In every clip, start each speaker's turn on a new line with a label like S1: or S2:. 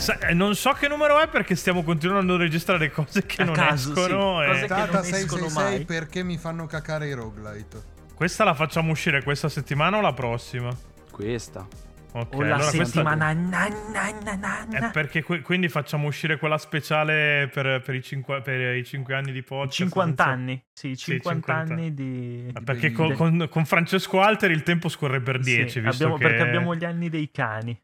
S1: Non so che numero è perché stiamo continuando a registrare cose che non escono.
S2: Cose che non
S3: 666
S2: mai.
S3: perché mi fanno cacare i roguelite.
S1: Questa la facciamo uscire questa settimana o la prossima?
S2: Questa.
S1: Ok,
S2: O la
S1: allora
S2: settimana.
S1: È perché quindi facciamo uscire quella speciale per i 5 anni di podcast.
S2: 50 anni. Sì,
S1: 50
S2: anni di...
S1: Perché con Francesco Alteri il tempo scorre per 10,
S2: Sì,
S1: visto che...
S2: perché abbiamo gli anni dei cani.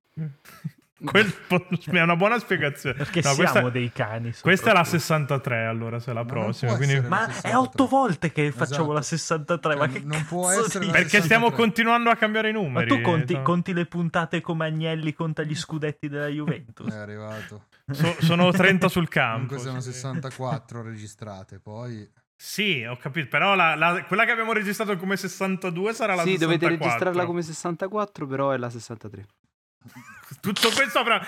S1: È una buona spiegazione.
S2: Perché
S1: No,
S2: siamo dei cani.
S1: Questa è la
S2: soprattutto.
S1: 63, allora, se è la
S3: Ma non
S1: prossima.
S3: può
S1: Quindi...
S3: essere la
S2: Ma
S3: 63.
S2: è 8 volte che facciamo
S3: Esatto.
S2: la 63. Ma
S3: Cioè,
S2: che
S3: non può
S2: cazzo
S3: essere
S2: dici?
S3: la
S1: Perché stiamo
S3: 63.
S1: continuando a cambiare i
S2: Ma
S1: numeri.
S2: tu conti le puntate come Agnelli conta gli scudetti della Juventus.
S3: È arrivato.
S1: Sono 30 sul campo.
S3: Comunque sono
S1: sì.
S3: 64 registrate, poi...
S1: Sì, ho capito. Però quella che abbiamo registrato come 62 sarà la 64.
S4: Sì, dovete registrarla come 64, però è la 63.
S1: Tutto questo avrà...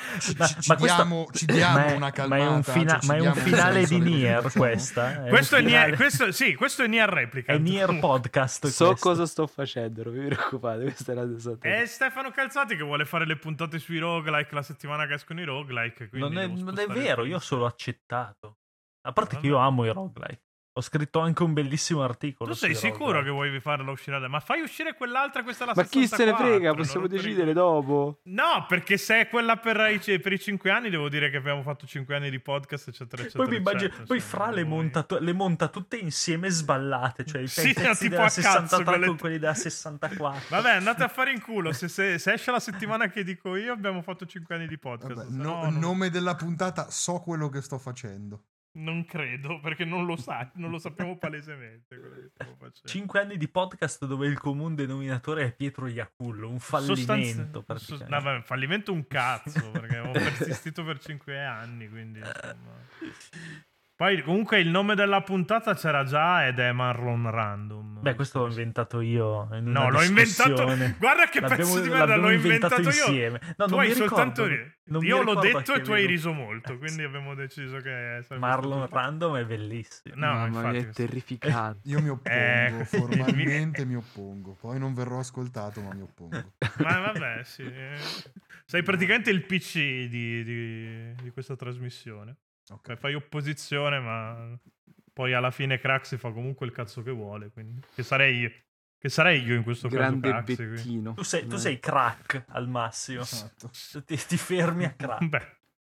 S3: Ci diamo una calmata.
S2: Ma è un, ma è un finale di Nier questa.
S1: Questo è
S2: Nier.
S1: Questo è Nier Replica.
S2: È Nier Podcast.
S4: So
S2: questo.
S4: cosa sto facendo, non vi preoccupate, questa è la 63.
S1: È Stefano Calzati che vuole fare le puntate sui roguelike la settimana che escono i roguelike.
S2: Non è
S1: spostare
S2: vero,
S1: il
S2: io ho
S1: testo.
S2: solo accettato. A parte
S1: Vabbè.
S2: che io amo i roguelike. Ho scritto anche un bellissimo articolo.
S1: Tu sei
S2: sui
S1: sicuro
S2: roguelike.
S1: che vuoi farla uscire adesso? Ma fai uscire quell'altra, questa è la
S4: Ma chi se ne
S1: 64,
S4: frega, possiamo
S1: non
S4: decidere dopo.
S1: No, perché se è quella per i 5 anni, devo dire che abbiamo fatto 5 anni di podcast, eccetera, eccetera.
S2: Poi mi immagino,
S1: eccetera,
S2: poi
S1: insomma,
S2: Fra le monta tutte insieme sballate, cioè i
S1: Sì,
S2: pezzi
S1: tipo
S2: della
S1: a cazzo,
S2: 63
S1: quelle-
S2: con quelli della 64.
S1: Vabbè, andate a fare in culo. Se esce la settimana che dico io, abbiamo fatto 5 anni di podcast.
S3: Vabbè,
S1: se no, non-
S3: nome della puntata, so quello che sto facendo.
S1: Non credo, perché non lo sappiamo palesemente quello che stiamo facendo.
S2: 5 anni di podcast dove il comune denominatore è Pietro Iacullo, un fallimento praticamente.
S1: No, vabbè, fallimento un cazzo, perché ho persistito per 5 anni, quindi insomma. Poi comunque il nome della puntata c'era già ed è Marlon Random.
S2: Beh, questo l'ho inventato io in una
S1: No, l'ho inventato.
S2: discussione.
S1: Guarda che pezzo di merda, l'ho inventato io.
S2: insieme. No,
S1: Tu
S2: non
S1: hai
S2: mi
S1: soltanto
S2: ricordo, non mi
S1: io l'ho
S2: ricordo a
S1: detto
S2: chi
S1: e tu hai
S2: avevo-
S1: riso molto, quindi abbiamo deciso che sarebbe
S2: Marlon
S1: stato-
S2: Random è bellissimo.
S1: No,
S4: Mamma
S1: infatti,
S4: mia, è terrificante.
S3: Io mi oppongo,
S1: Ecco.
S3: formalmente mi oppongo. Poi non verrò ascoltato, ma mi oppongo.
S1: Ma vabbè, sì. Sei praticamente il PC di questa trasmissione.
S3: Ok.
S1: Fai opposizione, ma poi alla fine Craxi fa comunque il cazzo che vuole, quindi che sarei io. Che sarei io in questo
S4: Grande
S1: caso Craxi. quindi.
S4: Bettino.
S2: Tu sei crack al massimo.
S3: Esatto.
S2: Ti fermi a crack.
S1: Beh.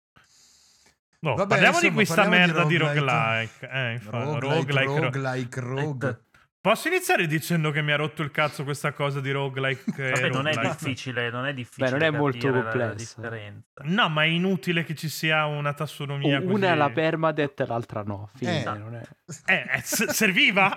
S1: No,
S3: Vabbè,
S1: parliamo di
S3: insomma,
S1: questa
S3: parliamo di
S1: merda di
S3: roguelike.
S1: roguelike. Infatti,
S3: Rogue.
S1: Posso iniziare dicendo che mi ha rotto il cazzo questa cosa di roguelike? e
S2: Vabbè, non è
S1: roguelike?
S2: difficile, non è
S4: Beh,
S2: difficile.
S4: non è molto
S2: capire la
S4: complessa.
S2: differenza.
S1: No, ma è inutile che ci sia una tassonomia così.
S4: Una è la permadeath e l'altra no. Finita, non è.
S1: Serviva?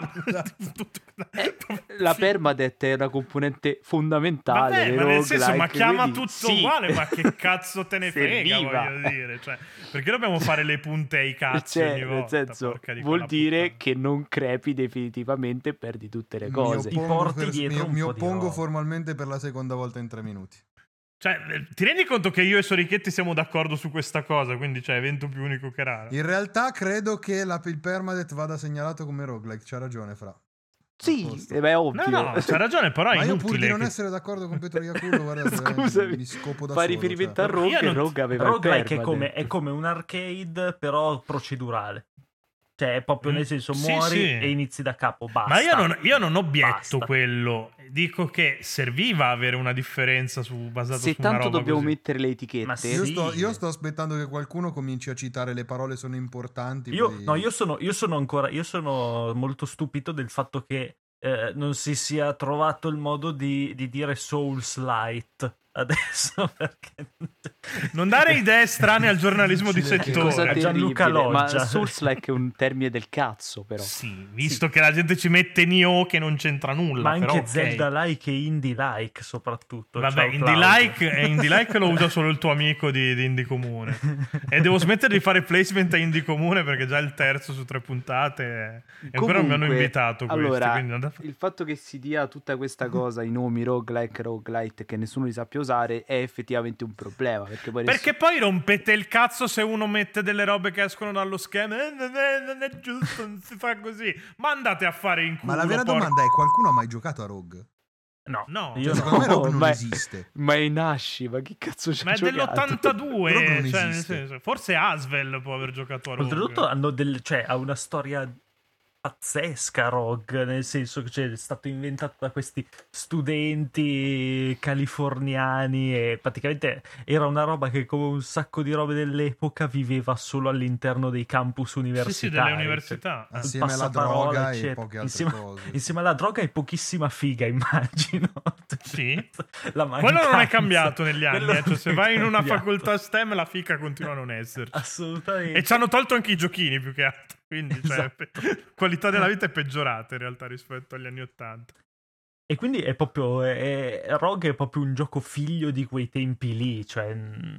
S4: La permadeath è una componente fondamentale.
S1: Vabbè,
S4: dei
S1: ma nel senso, ma
S4: roguelike,
S1: chiama
S4: quindi
S1: tutto
S4: sì.
S1: uguale, ma che cazzo te ne frega,
S4: Serviva.
S1: voglio dire. Cioè, perché dobbiamo fare le punte ai cazzi ogni
S4: Cioè,
S1: volta?
S4: nel senso,
S1: porca di
S4: vuol
S1: quella
S4: dire
S1: puttana.
S4: che non crepi definitivamente e perdi tutte le cose.
S2: Ti porti dietro un
S3: mi
S2: po' di
S3: oppongo
S2: roba.
S3: formalmente per la seconda volta in 3 minuti.
S1: Cioè, ti rendi conto che io e Sorichetti siamo d'accordo su questa cosa, quindi c'è evento più unico che raro.
S3: In realtà credo che il permadeath vada segnalato come roguelike. C'ha ragione, Fra.
S4: Sì,
S3: Posto.
S4: beh, è
S1: No,
S4: ovvio.
S1: no, c'ha ragione, però è
S3: Ma io
S1: inutile.
S3: pur di non
S1: che-
S3: essere d'accordo con Pietro Iacullo, guarda,
S4: Scusami,
S3: mi scopo da
S4: fa
S3: solo.
S4: riferimento a
S3: cioè.
S4: Rogue
S1: Io
S4: e
S1: non-
S4: Rogue aveva il
S2: Roguelike
S4: permadeath.
S2: è come un arcade, però procedurale. Cioè, è proprio nel senso,
S1: Sì,
S2: muori
S1: sì.
S2: e inizi da capo, basta.
S1: Ma io non obietto
S2: Basta.
S1: quello. Dico che serviva avere una differenza basata
S4: Se
S1: su una
S4: tanto
S1: roba
S4: dobbiamo
S1: così.
S4: mettere le etichette,
S2: Ma sì.
S3: Io sto aspettando che qualcuno cominci a citare le parole sono importanti.
S2: Io,
S3: poi-
S2: no, io sono molto stupito del fatto che non si sia trovato il modo di dire Souls Light adesso, perché
S1: Non dare idee strane al giornalismo di
S3: Sì, che
S4: che cosa
S1: settore.
S2: è Gianluca
S4: terribile. Ma
S2: Loggia.
S4: Souls-like è un termine del cazzo, però.
S1: Sì, visto che la gente ci mette Nioh che non c'entra nulla.
S2: ma anche
S1: però, ok.
S2: Zelda-like e indie-like soprattutto.
S1: Vabbè,
S2: Ciao, Claudio.
S1: Indie-like lo usa solo il tuo amico di Indie Comune. E devo smettere di fare placement a Indie Comune perché già il terzo su 3 puntate e ancora non mi hanno
S4: Comunque,
S1: invitato questi,
S4: allora,
S1: quindi andate a-
S4: il fatto che si dia tutta questa cosa, i nomi roguelike, roguelite, che nessuno li sappia usare, è effettivamente un problema.
S1: Perché poi rompete il cazzo se uno mette delle robe che escono dallo schema. Non è giusto, non si fa così. Ma andate a fare in culo.
S3: Ma la vera
S1: porca-
S3: domanda è: qualcuno ha mai giocato a Rogue?
S1: No.
S2: io
S3: Secondo me Rogue non
S4: ma-
S3: esiste.
S4: Ma è Nashi, ma che cazzo c'è
S1: Ma è
S4: giocato?
S3: Rogue
S1: dell'82,
S3: non
S1: cioè, nel
S3: esiste.
S1: senso, forse Asvel può aver giocato a Rogue.
S2: Oltretutto ha una storia pazzesca Rogue, nel senso che è stato inventato da questi studenti californiani e praticamente era una roba che, come un sacco di robe dell'epoca, viveva solo all'interno dei campus universitari.
S1: Sì, delle università.
S2: Cioè,
S3: Assieme alla
S2: passaparola,
S3: droga e
S2: eccetera.
S3: poche altre cose.
S2: Insieme alla droga e pochissima figa, immagino.
S1: Sì.
S2: La
S1: Quello non è
S2: mancanza.
S1: cambiato negli anni,
S2: Quello
S1: cioè se vai in una
S2: cambiato.
S1: facoltà STEM la fica continua a non esserci.
S2: Assolutamente.
S1: E ci hanno tolto anche i giochini più che altro, quindi cioè,
S2: Esatto.
S1: qualità della vita è peggiorata in realtà rispetto agli anni 80.
S2: E quindi è proprio Rogue è proprio un gioco figlio di quei tempi lì, cioè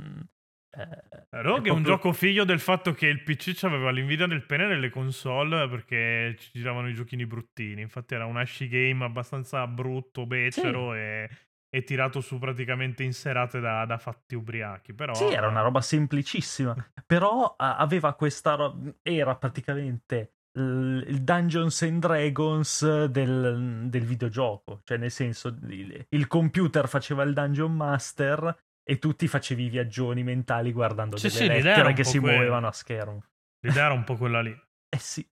S1: Rogue è un gioco figlio del fatto che il PC aveva l'invidia del pene nelle console perché ci giravano i giochini bruttini. Infatti era un asci game abbastanza brutto, becero e tirato su praticamente in serate da fatti ubriachi. Però
S2: Sì, era una roba semplicissima, però aveva questa era praticamente il Dungeons and Dragons del videogioco, cioè nel senso il computer faceva il Dungeon Master e tu ti facevi i viaggioni mentali guardando
S1: Sì,
S2: delle
S1: sì, l'idea era
S2: lettere
S1: un
S2: che
S1: po'
S2: si
S1: quella.
S2: muovevano a schermo.
S1: L'idea era un po' quella lì.
S2: Eh sì.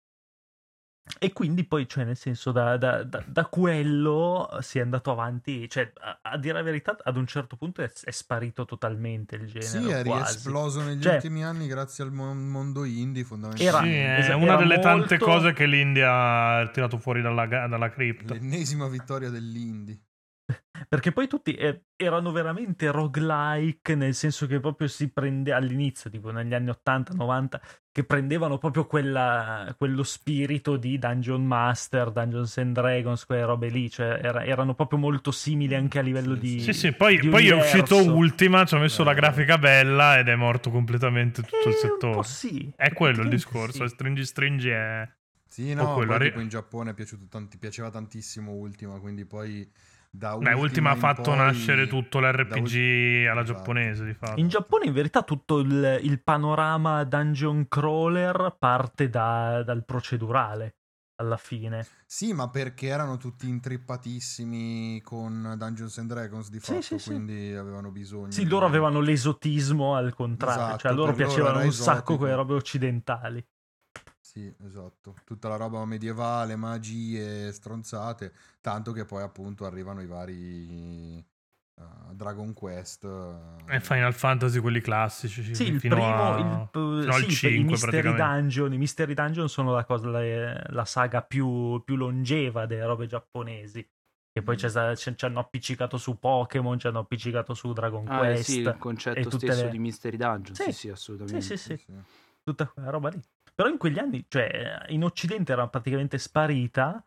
S2: E quindi poi, cioè, nel senso, da quello si è andato avanti, cioè, a dire la verità, ad un certo punto è sparito totalmente il genere.
S3: Sì, è
S2: quasi.
S3: riesploso negli
S2: Cioè,
S3: ultimi anni grazie al mondo indie,
S1: Sì,
S3: fondamentalmente.
S1: è una
S2: era
S1: delle tante
S2: molto-
S1: cose che l'India ha tirato fuori dalla cripta.
S3: L'ennesima vittoria dell'indie.
S2: Perché poi tutti erano veramente roguelike, nel senso che proprio si prende all'inizio, tipo negli anni 80-90, che prendevano proprio quello spirito di Dungeon Master, Dungeons and Dragons, quelle robe lì, cioè erano proprio molto simili anche a livello di
S1: Sì, poi
S2: di
S1: è uscito
S2: universo.
S1: Ultima, ci ha messo la grafica bella ed è morto completamente tutto il
S2: Un
S1: settore.
S2: po' sì.
S1: È quello il
S2: praticamente
S1: discorso,
S2: sì.
S1: Stringi è
S3: Sì,
S1: un po'
S3: no,
S1: quello.
S3: poi tipo in Giappone piaceva tantissimo Ultima, quindi poi da
S1: Beh, Ultima ha
S3: in
S1: fatto
S3: poi-
S1: nascere tutto
S3: da
S1: l'RPG alla
S3: esatto.
S1: giapponese, di fatto.
S2: In Giappone in verità tutto il panorama dungeon crawler parte dal procedurale alla fine.
S3: Sì, ma perché erano tutti intrippatissimi con Dungeons and Dragons di
S2: Sì,
S3: fatto,
S2: sì, sì.
S3: quindi avevano bisogno
S2: Sì, loro avevano l'esotismo al contrario,
S3: Esatto,
S2: cioè a loro
S3: per loro
S2: piacevano
S3: era
S2: un sacco
S3: esotico.
S2: quelle robe occidentali.
S3: Sì, esatto. Tutta la roba medievale, magie, stronzate, tanto che poi appunto arrivano i vari Dragon Quest.
S1: E Final Fantasy, quelli classici,
S2: Sì, il
S1: fino
S2: primo,
S1: fino al
S2: sì,
S1: 5
S2: i Mystery
S1: praticamente.
S2: Dungeon. I Mystery Dungeon sono la saga più longeva delle robe giapponesi. Che poi ci hanno appiccicato su Pokémon, ci hanno appiccicato su Dragon
S4: Ah, sì, il
S2: Quest.
S4: concetto
S2: e tutte
S4: stesso
S2: le...
S4: di Mystery Dungeon. Sì,
S2: Sì,
S4: assolutamente.
S2: sì.
S3: Sì.
S2: Tutta quella roba lì. Però in quegli anni, cioè, in Occidente era praticamente sparita.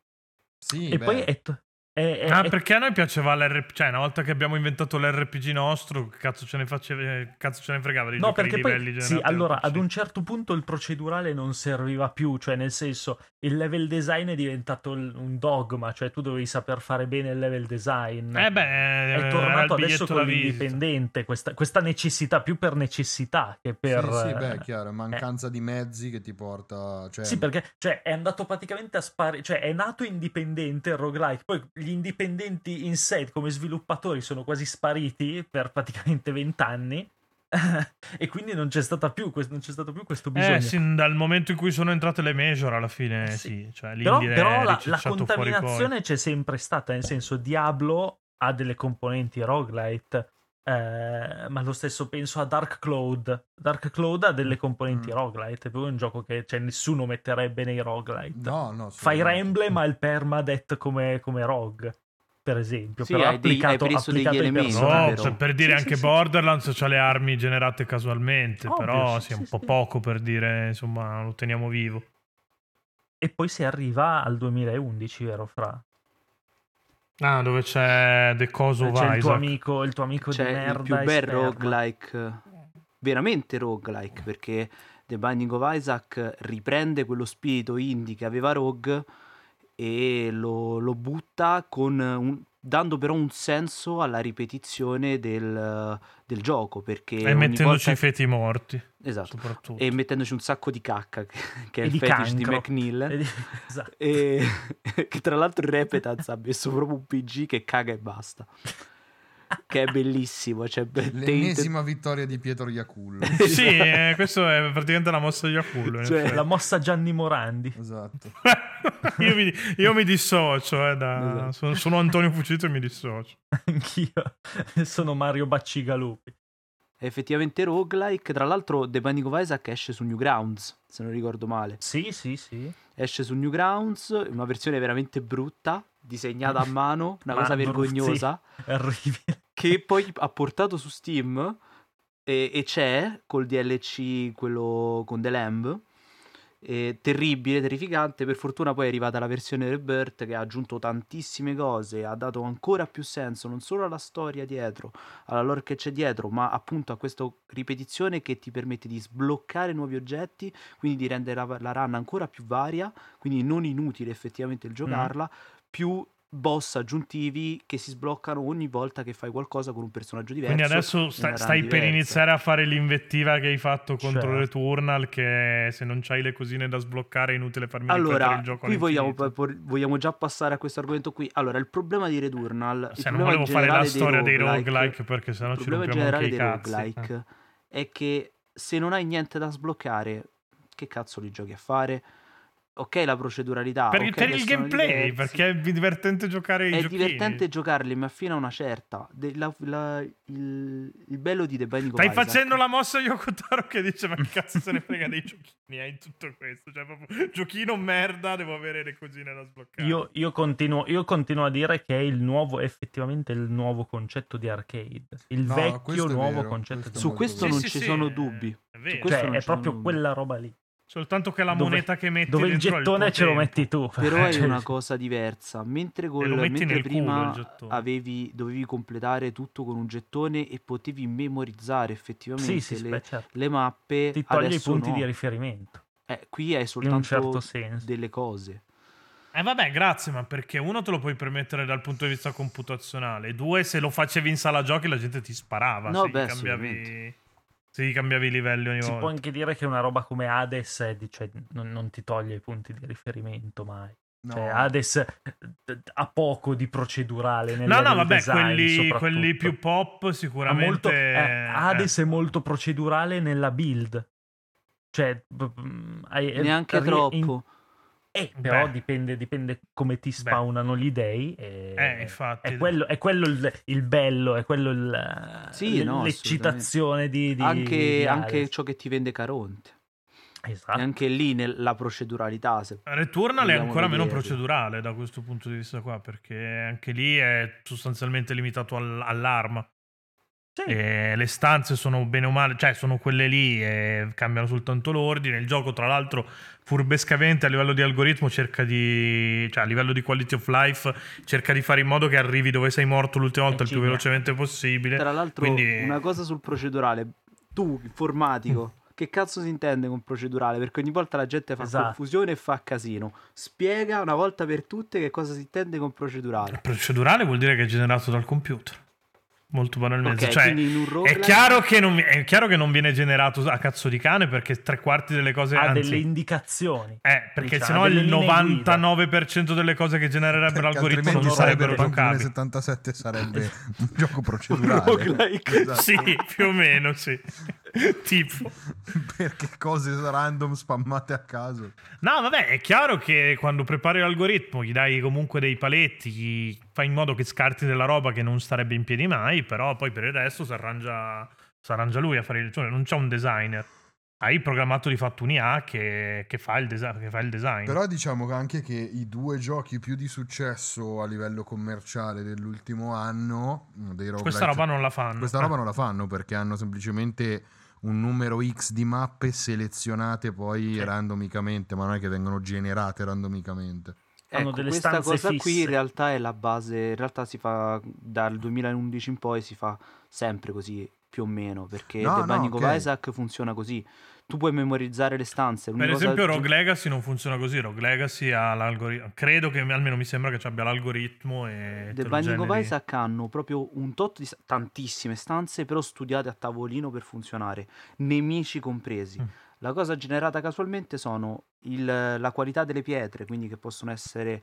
S3: Sì,
S2: E
S3: beh,
S2: poi
S1: Perché a noi piaceva l'RPG, cioè una volta che abbiamo inventato l'RPG nostro, che cazzo ce ne fregava di
S2: No,
S1: giocare i
S2: perché
S1: livelli
S2: poi, sì,
S1: generati
S2: allora,
S1: dal PC.
S2: ad un certo punto il procedurale non serviva più, cioè nel senso, il level design è diventato un dogma, cioè tu dovevi saper fare bene il level design.
S1: È
S2: È
S1: il
S2: tornato adesso
S1: biglietto
S2: con
S1: da visita.
S2: l'indipendente, questa necessità, più per necessità che per...
S3: sì, beh, chiaro, mancanza di mezzi che ti porta, cioè,
S2: Sì, perché cioè, è andato praticamente a sparire, cioè è nato indipendente il roguelike, poi gli indipendenti in sé come sviluppatori sono quasi spariti per praticamente 20 anni e quindi non c'è stato più questo bisogno.
S1: Sì, dal momento in cui sono entrate le major alla fine
S2: Sì.
S1: sì, cioè
S2: Però
S1: l'indie è
S2: la
S1: ricicciato fuori poi.
S2: contaminazione c'è sempre stata, nel senso Diablo ha delle componenti roguelite, ma lo stesso penso a Dark Cloud. Dark Cloud ha delle componenti roguelite, è proprio un gioco che nessuno metterebbe nei roguelite.
S3: no,
S2: Fire Emblem ha il permadeath come rogue, per esempio,
S4: Sì,
S2: però
S4: hai preso degli
S2: applicato ai
S4: elementi,
S2: personaggi.
S4: però.
S1: Per dire
S2: Sì,
S1: anche
S2: sì.
S1: Borderlands c'ha le armi generate casualmente,
S2: Ovvio,
S1: però
S2: sì,
S1: sì, è un
S2: sì,
S1: po'
S2: sì.
S1: poco per dire, insomma, lo teniamo vivo.
S2: E poi si arriva al 2011, vero Fra?
S1: Ah, dove c'è The Coso
S2: C'è il tuo
S1: Isaac.
S2: amico di
S4: C'è il
S2: merda
S4: più bel
S2: esterno.
S4: roguelike, veramente roguelike, perché The Binding of Isaac riprende quello spirito indie che aveva Rogue e lo butta con dando però un senso alla ripetizione del gioco, perché
S1: E
S4: ogni
S1: mettendoci
S4: volta
S1: i feti morti,
S4: esatto,
S1: soprattutto.
S4: e mettendoci un sacco di cacca che è
S2: E
S4: il
S2: di
S4: fetish di
S2: cancro.
S4: Macmillan,
S2: Esatto.
S4: e che tra l'altro il Repetaz ha messo proprio un PG che caga e basta, che è bellissimo, cioè
S3: L'ennesima vittoria di Pietro Iacullo.
S1: Sì, questo è praticamente la mossa di Yakullo.
S4: Cioè,
S2: La mossa Gianni Morandi.
S3: Esatto.
S1: io mi dissocio,
S4: Esatto.
S1: sono Antonio Fucito e mi dissocio.
S2: Anch'io sono Mario Baccigalupi.
S4: è effettivamente roguelike. Tra l'altro The Binding of Isaac esce su Newgrounds, se non ricordo male.
S2: Sì.
S4: Esce su Newgrounds, una versione veramente brutta, disegnata a mano, una
S2: Ma
S4: cosa vergognosa,
S2: È orribile.
S4: che poi ha portato su Steam e c'è col DLC, quello con The Lamb. Terribile, terrificante. Per fortuna poi è arrivata la versione Rebirth che ha aggiunto tantissime cose, ha dato ancora più senso non solo alla storia dietro, alla lore che c'è dietro, ma appunto a questa ripetizione che ti permette di sbloccare nuovi oggetti, quindi di rendere la run ancora più varia, quindi non inutile effettivamente il giocarla, più boss aggiuntivi che si sbloccano ogni volta che fai qualcosa con un personaggio diverso.
S1: Quindi adesso
S4: in una
S1: stai
S4: run
S1: per
S4: diversa.
S1: iniziare a fare l'invettiva che hai fatto contro
S2: Certo.
S1: Returnal, che se non c'hai le cosine da sbloccare è inutile farmi ripetere
S4: Allora,
S1: il gioco
S4: qui
S1: all'infinito.
S4: vogliamo già passare a questo argomento qui. Allora, il problema di Returnal, il
S1: Se non
S4: problema
S1: volevo fare la
S4: generale
S1: storia dei
S4: roguelike,
S1: roguelike perché sennò
S4: il
S1: ci
S4: problema
S1: rompiamo anche
S4: generale
S1: i
S4: dei
S1: cazzi.
S4: roguelike è che se non hai niente da sbloccare, che cazzo li giochi a fare? Ok, la proceduralità,
S1: Per,
S4: ok,
S1: per
S4: che
S1: il
S4: sono
S1: gameplay,
S4: diversi.
S1: perché è divertente giocare i
S4: È
S1: giochini.
S4: divertente giocarli, ma fino a una certa. Il bello di The Binding of
S1: Stai
S4: Isaac.
S1: facendo la mossa Yoko Taro che dice ma che cazzo se ne frega dei giochini, hai tutto questo, cioè proprio giochino merda, devo avere le cosine da sbloccare.
S2: Io continuo a dire che è effettivamente il nuovo concetto di arcade. Il
S3: No,
S2: vecchio
S3: questo è
S2: nuovo
S3: vero,
S2: concetto
S3: questo
S2: di
S3: è
S4: Su
S3: molto
S4: questo
S3: vero.
S4: non ci sono dubbi.
S1: È vero.
S4: Su questo
S2: Cioè,
S4: non
S2: è
S4: ci sono
S2: proprio
S4: dubbi.
S2: quella roba lì.
S1: Soltanto che la
S2: Dove-
S1: moneta che metti
S2: Dove il
S1: dentro è
S2: gettone
S1: tuo
S2: ce lo
S1: tempo.
S2: metti tu.
S4: Però è
S2: Cioè,
S4: una cosa diversa. Mentre,
S1: E lo metti
S4: mentre
S1: nel culo il
S4: prima
S1: gettone.
S4: dovevi completare tutto con un gettone e potevi memorizzare effettivamente
S2: sì,
S4: le,
S2: beh, certo.
S4: le mappe,
S2: Ti toglie i
S4: adesso
S2: punti
S4: no.
S2: di riferimento.
S4: Qui hai
S2: In un
S4: soltanto
S2: certo senso.
S4: delle cose.
S1: Vabbè, grazie, ma perché uno te lo puoi permettere dal punto di vista computazionale, due se lo facevi in sala giochi la gente ti sparava
S4: No,
S1: se,
S4: beh,
S1: gli cambiavi,
S4: sicuramente.
S1: se gli cambiavi i livelli ogni
S2: Si può
S1: volta.
S2: anche dire che una roba come Hades cioè, non ti toglie i punti di riferimento mai.
S3: No.
S2: Cioè, Hades ha poco di procedurale nel
S1: No,
S2: level
S1: vabbè,
S2: design, soprattutto.
S1: quelli più pop
S2: Ha
S1: sicuramente...
S2: molto, Hades è molto procedurale nella build. Cioè,
S4: Neanche troppo.
S2: però
S1: Beh.
S2: dipende come ti spawnano gli dei.
S1: Infatti.
S2: È quello il bello, è quello
S4: Sì, no,
S2: l'eccitazione di
S4: anche
S2: Hades.
S4: ciò che ti vende Caronte.
S2: Esatto.
S4: E anche lì la proceduralità. Se
S1: Returnal è
S4: vogliamo
S1: ancora meno
S4: vederla.
S1: procedurale da questo punto di vista qua, perché anche lì è sostanzialmente limitato all'arma.
S2: Sì.
S1: E le stanze sono bene o male, cioè sono quelle lì e cambiano soltanto l'ordine. Il gioco, tra l'altro, furbescamente a livello di algoritmo cerca di, cioè a livello di quality of life, cerca di fare in modo che arrivi dove sei morto l'ultima volta il più velocemente possibile.
S4: Tra l'altro,
S1: Quindi...
S4: una cosa sul procedurale. Tu, informatico, che cazzo si intende con procedurale? Perché ogni volta la gente fa confusione e fa casino. Spiega una volta per tutte che cosa si intende con procedurale.
S1: Procedurale vuol dire che è generato dal computer. Molto banalmente,
S4: Ok,
S1: cioè,
S4: quindi in un roguelike...
S1: è chiaro che non viene generato a cazzo di cane, perché 3/4 delle cose
S2: ha
S1: anzi,
S2: delle indicazioni,
S1: perché
S2: diciamo,
S1: sennò
S2: delle
S1: il
S2: linee
S1: 99% delle cose che genererebbe l'algoritmo non
S3: altrimenti
S1: sarebbero
S3: Cyberpunk
S1: giocabili.
S3: 2077 sarebbe un gioco procedurale.
S4: roguelike.
S3: Esatto.
S1: Sì, più o meno, sì. Tipo.
S3: Perché cose random spammate a caso.
S1: No, vabbè, è chiaro che quando prepari l'algoritmo gli dai comunque dei paletti, fai in modo che scarti della roba che non starebbe in piedi mai, però poi per il resto si arrangia lui a fare il... Cioè non c'è un designer. Hai programmato di fatto un IA che fa il design.
S3: Però diciamo anche che i due giochi più di successo a livello commerciale dell'ultimo anno dei roguelike,
S1: questa roba non la fanno.
S3: Questa roba non la fanno perché hanno semplicemente un numero X di mappe selezionate poi randomicamente, ma non è che vengono generate randomicamente.
S2: Hanno
S4: Ecco,
S2: delle
S4: questa
S2: stanze
S4: cosa
S2: fisse.
S4: qui in realtà è la base, in realtà si fa dal 2011 in poi, si fa sempre così, più o meno, perché
S3: No,
S4: The
S3: no,
S4: Binding of
S3: ok.
S4: Isaac funziona così. Tu puoi memorizzare le stanze.
S1: Per
S4: l'unica cosa
S1: esempio Rogue Legacy non funziona così. Rogue Legacy ha l'algoritmo, credo che almeno mi sembra che abbia l'algoritmo e
S4: The
S1: te lo
S4: Binding of
S1: generi.
S4: Isaac hanno proprio un tot di tantissime stanze, però studiate a tavolino per funzionare, nemici compresi.
S1: Mm.
S4: La cosa generata casualmente sono la qualità delle pietre, quindi che possono essere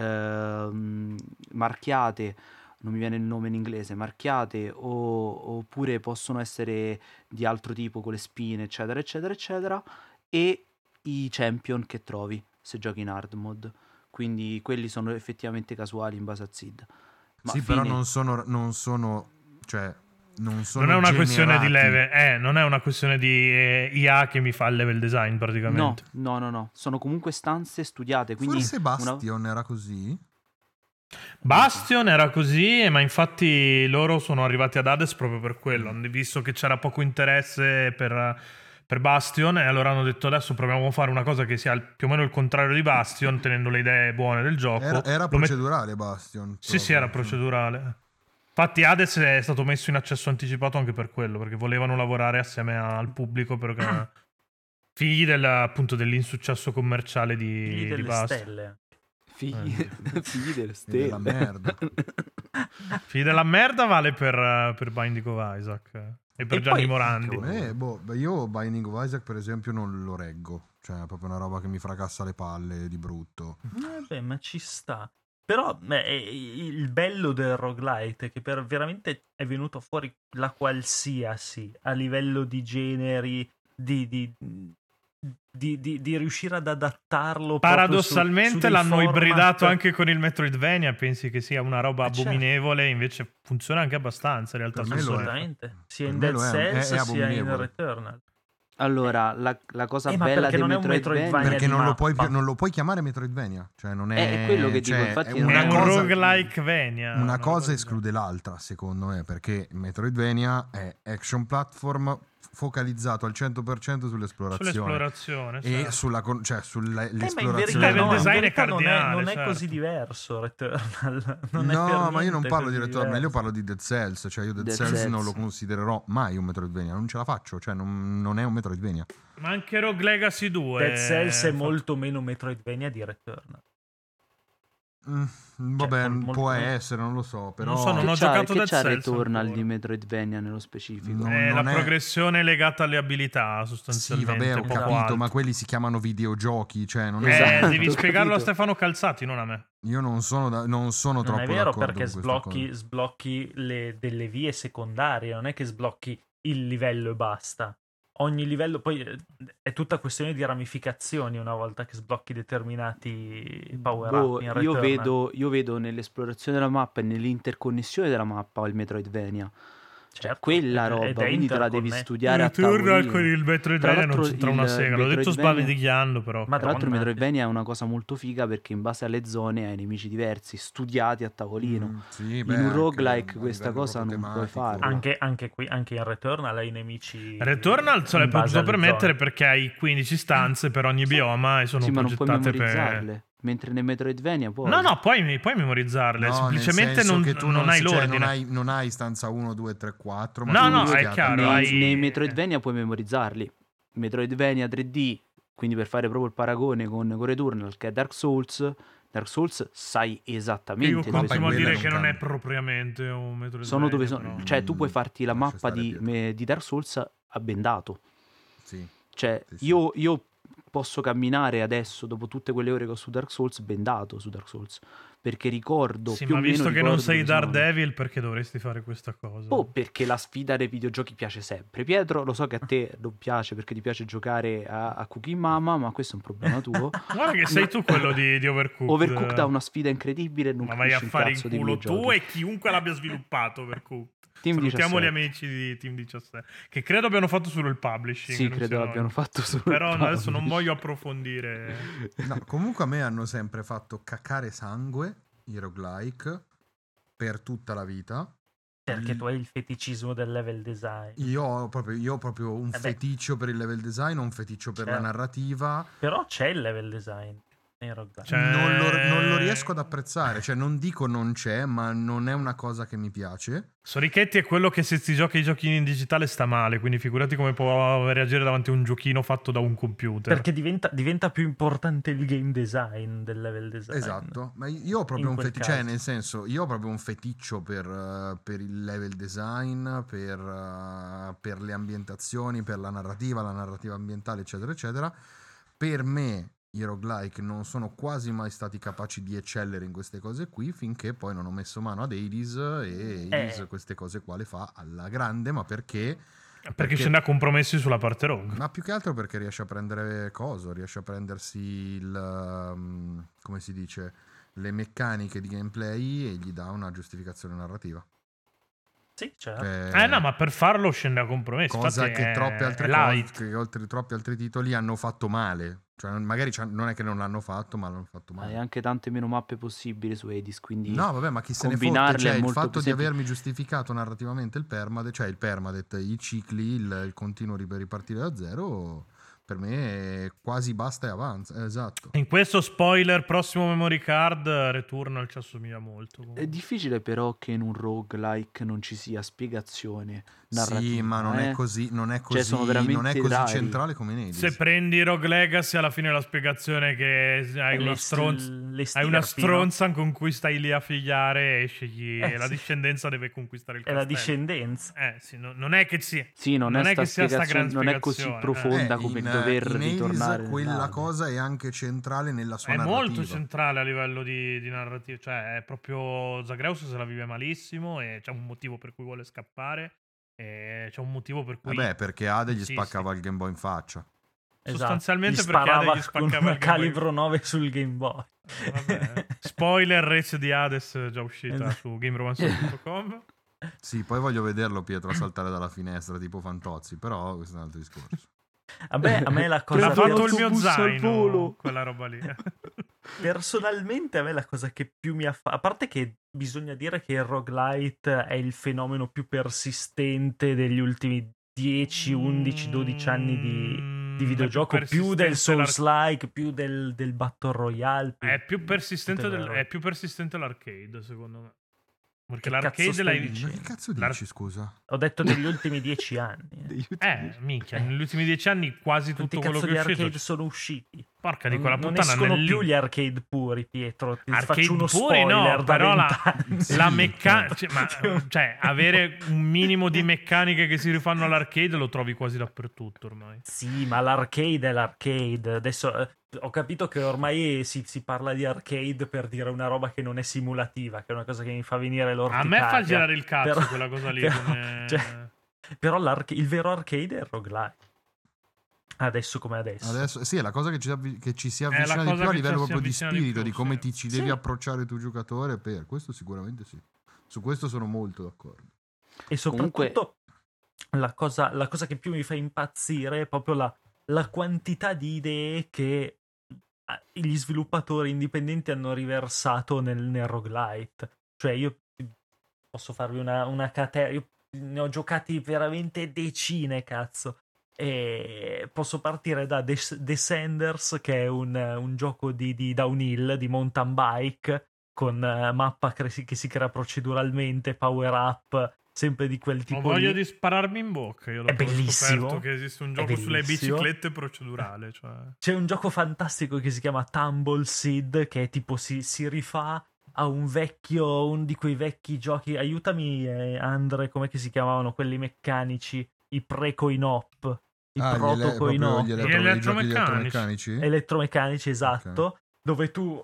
S4: marchiate, non mi viene il nome in inglese, marchiate oppure possono essere di altro tipo con le spine, eccetera, eccetera, eccetera, e i champion che trovi se giochi in hard mode. Quindi quelli sono effettivamente casuali in base a Zid. Ma
S3: Sì, però
S4: fine,
S3: non sono, cioè, non sono
S1: Non è una questione di
S3: generati.
S1: level, non è una questione di IA che mi fa il level design
S4: no,
S1: praticamente.
S4: no, sono comunque stanze studiate, quindi
S3: Forse Bastion era così?
S1: Bastion era così, ma infatti loro sono arrivati ad Hades proprio per quello. Visto che c'era poco interesse per Bastion, e allora hanno detto adesso proviamo a fare una cosa che sia più o meno il contrario di Bastion, tenendo le idee buone del gioco.
S3: Era procedurale Bastion.
S1: Sì, era procedurale. Infatti Hades è stato messo in accesso anticipato anche per quello, perché volevano lavorare assieme al pubblico, perché figli appunto dell'insuccesso commerciale
S2: Figli
S1: di
S2: delle
S1: Bastion.
S2: stelle.
S4: figli delle
S3: Della
S4: stelle.
S3: merda.
S1: Figli della merda vale per Binding of Isaac e per
S2: E
S1: Gianni
S2: poi-
S1: Morandi.
S3: Io Binding of Isaac per esempio non lo reggo. Cioè è proprio una roba che mi fracassa le palle di brutto.
S2: Vabbè, ma ci sta. Però il bello del roguelite è che veramente è venuto fuori la qualsiasi a livello di generi, di riuscire ad adattarlo.
S1: Paradossalmente
S2: proprio su dei
S1: l'hanno
S2: format.
S1: ibridato anche con il Metroidvania. Pensi che sia una roba
S2: Certo.
S1: abominevole, invece funziona anche abbastanza in realtà.
S3: Per me lo è.
S2: Assolutamente. Sia
S3: Per
S2: in
S3: me
S2: Dead
S3: lo è,
S2: Cells
S3: è
S2: sia in
S3: abominevole.
S2: Returnal.
S4: Allora, la cosa
S2: Ma
S4: bella
S2: perché
S4: del
S2: non è un Metroidvania
S3: Perché
S2: di
S3: non lo
S2: mappa.
S3: puoi chiamare Metroidvania. Cioè non è.
S4: È quello che dico,
S3: cioè,
S4: infatti
S3: è
S4: non
S1: È
S3: una
S1: un
S3: cosa.
S1: roguelike Vania.
S3: Una
S1: roba
S3: cosa
S1: del
S3: esclude l'altra, secondo me, perché Metroidvania è action platform focalizzato al 100% sull'esplorazione.
S1: sull'esplorazione.
S3: E
S1: certo.
S2: Ma in
S3: sull'esplorazione.
S2: verità,
S1: level
S2: no, in
S1: design è
S2: verità
S1: cardinale,
S2: non è
S1: certo.
S2: così diverso Returnal. Non è per
S3: No, ma io non
S2: niente
S3: parlo di
S2: così
S3: Returnal, io
S2: diverso.
S3: parlo di Dead Cells. Cioè io Dead
S4: Dead
S3: Cells non
S4: Cells.
S3: lo considererò mai un Metroidvania, non ce la faccio, cioè non è un Metroidvania.
S1: Ma anche Rogue Legacy 2.
S2: Dead Cells è
S1: fatto-
S2: molto meno Metroidvania di Returnal.
S3: Vabbè,
S2: molto-
S3: può essere, non lo so, però
S1: Non so, non ho
S4: Che c'ha,
S1: giocato
S4: che
S1: Dead
S4: c'ha
S1: Cells
S4: Returnal
S1: ancora.
S4: di Metroidvania nello specifico?
S3: No.
S1: La
S3: non è-
S1: progressione legata alle abilità,
S3: sì,
S1: sostanzialmente.
S3: vabbè, ho
S1: poco
S3: capito,
S1: altro.
S3: ma quelli si chiamano videogiochi, cioè non è.
S4: Esatto.
S1: Devi
S4: ho
S1: spiegarlo a
S4: capito.
S1: Stefano Calzati, non a me.
S3: Io non sono
S2: Non
S3: troppo
S2: è vero,
S3: d'accordo
S2: perché
S3: con questa cosa.
S2: sblocchi delle vie secondarie, non è che sblocchi il livello e basta. Ogni livello poi è tutta questione di ramificazioni una volta che sblocchi determinati power up in
S4: Io
S2: Returnal.
S4: vedo nell'esplorazione della mappa e nell'interconnessione della mappa il Metroidvania. Cioè,
S2: Certo,
S4: quella
S2: ed è
S4: roba, quindi te la devi
S2: interconnessa.
S4: studiare a
S1: Returnal
S4: tavolino.
S1: con il
S4: Tra
S1: Metroidvania non
S4: l'altro
S1: c'entra una
S4: il
S1: sega. L'ho detto
S4: Metroidvania-
S1: sbadigliando, però.
S2: Ma-
S4: Tra l'altro il
S2: Madonna,
S4: Metroidvania è una cosa molto figa perché in base alle zone hai nemici diversi, studiati a tavolino.
S3: Sì,
S4: In un
S3: anche
S4: roguelike
S3: a
S4: questa
S3: livello
S4: cosa
S3: proprio
S4: non puoi
S3: tematico.
S4: farla.
S2: Anche in Returnal hai nemici.
S1: Returnal se l'hai
S2: in base
S1: potuto
S2: alle
S1: permettere
S2: zone.
S1: perché hai 15 stanze per ogni bioma e sono
S4: Sì, ma non puoi
S1: progettate per...
S4: memorizzarle. Mentre nel Metroidvania puoi.
S1: No, puoi memorizzarle,
S3: No,
S1: semplicemente
S3: nel senso
S1: non,
S3: che tu
S1: non hai
S3: cioè,
S1: l'ordine.
S3: non hai stanza 1, 2, 3, 4.
S1: No,
S3: ma
S1: no,
S3: sono
S1: è
S3: mischiate.
S1: chiaro,
S4: Nei,
S1: hai-
S4: nei Metroidvania puoi memorizzarli. Metroidvania 3D, quindi per fare proprio il paragone con Returnal, che è Dark Souls sai
S1: Io
S4: esattamente dove
S3: poi
S1: continuo a
S4: sono
S3: quella
S1: dire
S4: i
S1: che
S3: non
S1: non è
S3: cambia.
S1: propriamente un Metroidvania.
S4: sono dove
S1: però-
S4: sono. Cioè, tu puoi farti la
S3: lascia
S4: mappa
S3: stare Pietro.
S4: di Dark Souls a bendato.
S3: Sì.
S4: Cioè,
S3: Sì, sì.
S4: io posso camminare adesso, dopo tutte quelle ore che ho su Dark Souls, bendato su Dark Souls. Perché ricordo
S1: Sì,
S4: più
S1: ma
S4: o meno
S1: visto che non
S4: ricordo
S1: sei
S4: dove sono.
S1: Daredevil, perché dovresti fare questa cosa?
S4: Oh, perché la sfida nei videogiochi piace sempre. Pietro, lo so che a te non piace perché ti piace giocare a Cooking Mama, ma questo è un problema tuo.
S1: Guarda che sei tu quello di Overcooked.
S4: Overcooked ha una sfida incredibile, non
S1: Ma vai a
S4: capisci un
S1: fare in
S4: cazzo di
S1: culo tu
S4: videogiochi.
S1: e chiunque l'abbia sviluppato Overcooked.
S4: Team
S1: Salutiamo
S4: 17.
S1: gli amici di Team 17, che credo abbiano fatto solo il publishing.
S4: Sì,
S1: non
S4: credo
S1: siano-
S4: l'abbiano fatto solo
S1: Però
S4: il
S1: adesso non
S4: publish.
S1: voglio approfondire.
S3: No, comunque a me hanno sempre fatto cacare sangue i roguelike per tutta la vita.
S2: Perché tu hai il feticismo del level design.
S3: Io ho proprio un
S2: beh.
S3: feticcio per il level design, un feticcio per la
S2: Certo.
S3: narrativa.
S2: Però c'è il level design. nei roguelike.
S1: Cioè-
S3: Non lo riesco ad apprezzare, cioè non dico non c'è, ma non è una cosa che mi piace.
S1: Sorichetti è quello che se si gioca i giochini in digitale sta male, quindi figurati come può reagire davanti a un giochino fatto da un computer.
S2: Perché diventa più importante il game design del level design.
S3: Esatto, ma io ho proprio
S2: In
S3: un
S2: quel
S3: feticcio, cioè
S2: caso.
S3: nel senso, io ho proprio un feticcio per il level design, per le ambientazioni, per la narrativa ambientale, eccetera, eccetera. Per me i roguelike non sono quasi mai stati capaci di eccellere in queste cose qui, finché poi non ho messo mano ad Hades, e Hades queste cose qua le fa alla grande, ma perché
S1: Perché ce ne ha compromessi sulla parte rogue.
S3: ma più che altro perché riesce a prendere riesce a prendersi come si dice, le meccaniche di gameplay e gli dà una giustificazione narrativa.
S2: Sì, certo.
S1: No, ma per farlo scende a compromessi.
S3: Cosa
S1: Infatti
S3: che
S1: è-
S3: troppe altre
S1: è
S3: cose,
S1: light.
S3: che troppi altri titoli hanno fatto male. Cioè, magari non è che non l'hanno fatto, ma l'hanno fatto
S4: Hai
S3: male.
S4: anche tante meno mappe possibili su Hades, quindi
S3: No, vabbè, ma chi se ne fotte,
S4: combinarle
S3: cioè
S4: è
S3: il
S4: molto
S3: fatto
S4: più
S3: di
S4: semplice.
S3: avermi giustificato narrativamente il permadeath, i cicli, il continuo ripartire da zero, per me è quasi basta e avanza. Esatto.
S1: In questo spoiler, prossimo memory card, Returnal ci assomiglia molto.
S4: È difficile però che in un roguelike non ci sia spiegazione narrativa.
S3: Sì, ma non è così, non è così,
S4: sono veramente
S3: non è così
S4: rari.
S3: centrale come in Hades.
S1: Se prendi Rogue Legacy, alla fine la spiegazione è che hai una
S2: le
S1: hai una
S2: stirpi, no?
S1: stronza con cui stai lì a figliare e scegli la
S2: sì.
S1: discendenza deve conquistare il
S2: È la
S1: castello.
S2: discendenza.
S1: Sì, non è che sia.
S4: Sì, non è
S1: che
S4: sta
S1: sia sta gran
S4: spiegazione, non è così
S1: spiegazione.
S4: profonda come
S3: in
S4: dover
S3: Hades
S4: ritornare
S3: quella
S4: nell'albero.
S3: cosa è anche centrale nella sua
S1: È
S3: narrativa.
S1: molto centrale a livello di narrativa. Cioè, è proprio Zagreus se la vive malissimo e c'è un motivo per cui vuole scappare. E c'è un motivo per cui.
S3: Vabbè, perché Ade gli
S1: insisti.
S3: spaccava il Game Boy in faccia.
S1: Sostanzialmente
S2: Gli
S1: perché
S2: sparava
S1: gli
S2: con
S1: spaccava
S2: una
S1: il Game Boy.
S2: calibro 9 sul Game Boy.
S1: Vabbè. Spoiler, Race di Hades già uscita
S2: Esatto.
S1: su gameromancer.com.
S3: Sì, poi voglio vederlo Pietro saltare dalla finestra tipo Fantozzi, però questo è un altro discorso.
S2: A me la cosa
S1: Ha fatto il
S4: Autobus
S1: mio
S4: al
S1: zaino,
S4: volo.
S1: quella roba lì.
S2: personalmente a me la cosa che più mi a parte che bisogna dire che il roguelite è il fenomeno più persistente degli ultimi 10, 11, 12 anni di videogioco, più del Souls-like, più del Battle Royale.
S1: È più persistente,
S2: tutte quelle robe.
S1: è più persistente l'arcade, secondo me. Perché
S2: Che cazzo
S1: l'arcade
S2: stai
S1: l'hai
S2: dicendo?
S3: Ma che cazzo dici, scusa?
S2: Ho detto degli ultimi 10 anni.
S1: Minchia, negli ultimi 10 anni quasi
S2: Quanti
S1: tutto quello
S2: cazzo
S1: che
S2: di
S1: è uscito.
S2: arcade sono usciti?
S1: Porca di quella
S2: Non
S1: puttana
S2: escono
S1: nel
S2: più
S1: link.
S2: gli arcade puri, Pietro. Ti
S1: Arcade
S2: faccio uno
S1: puri,
S2: spoiler
S1: no,
S2: da
S1: però
S2: 20 anni.
S1: la
S3: Sì,
S1: meccanica, cioè, avere un minimo di meccaniche che si rifanno all'arcade lo trovi quasi dappertutto ormai.
S2: Sì, ma l'arcade è l'arcade. Adesso ho capito che ormai si parla di arcade per dire una roba che non è simulativa, che è una cosa che mi fa venire
S1: A
S2: l'orticaria.
S1: me fa girare il cazzo
S2: Però-
S1: quella cosa lì.
S2: però,
S1: come...
S2: cioè, però il vero arcade è il roguelike. Adesso come adesso.
S3: Sì, è la cosa che ci si
S1: la
S3: avvicina di
S1: cosa
S3: più a
S1: che
S3: livello
S1: ci si
S3: proprio di
S1: avvicina di
S3: spirito,
S1: più,
S3: di come
S1: sì.
S3: ci devi
S2: Sì.
S3: approcciare tu giocatore, per questo sicuramente sì. Su questo sono molto d'accordo.
S2: E soprattutto la cosa che più mi fa impazzire è proprio la quantità di idee che gli sviluppatori indipendenti hanno riversato nel roguelite. Cioè io posso farvi una catena, io ne ho giocati veramente decine, cazzo. E posso partire da Descenders, che è un gioco di downhill, di mountain bike, con mappa che si crea proceduralmente, power up, sempre di quel
S1: Ho
S2: tipo
S1: voglia
S2: lì.
S1: di spararmi in bocca. Io
S2: È
S1: dopo che ho
S2: bellissimo.
S1: scoperto che esiste un
S2: È
S1: gioco sulle
S2: bellissimo.
S1: biciclette procedurale. Cioè.
S2: C'è un gioco fantastico che si chiama Tumble Seed, che è tipo si rifà a un di quei vecchi giochi. Aiutami, Andre, com'è che si chiamavano quelli meccanici? I pre-coin-op, i proto-coin-op.
S3: gli
S1: Gli
S3: giochi
S1: elettromeccanici.
S2: Elettromeccanici, esatto. Dove tu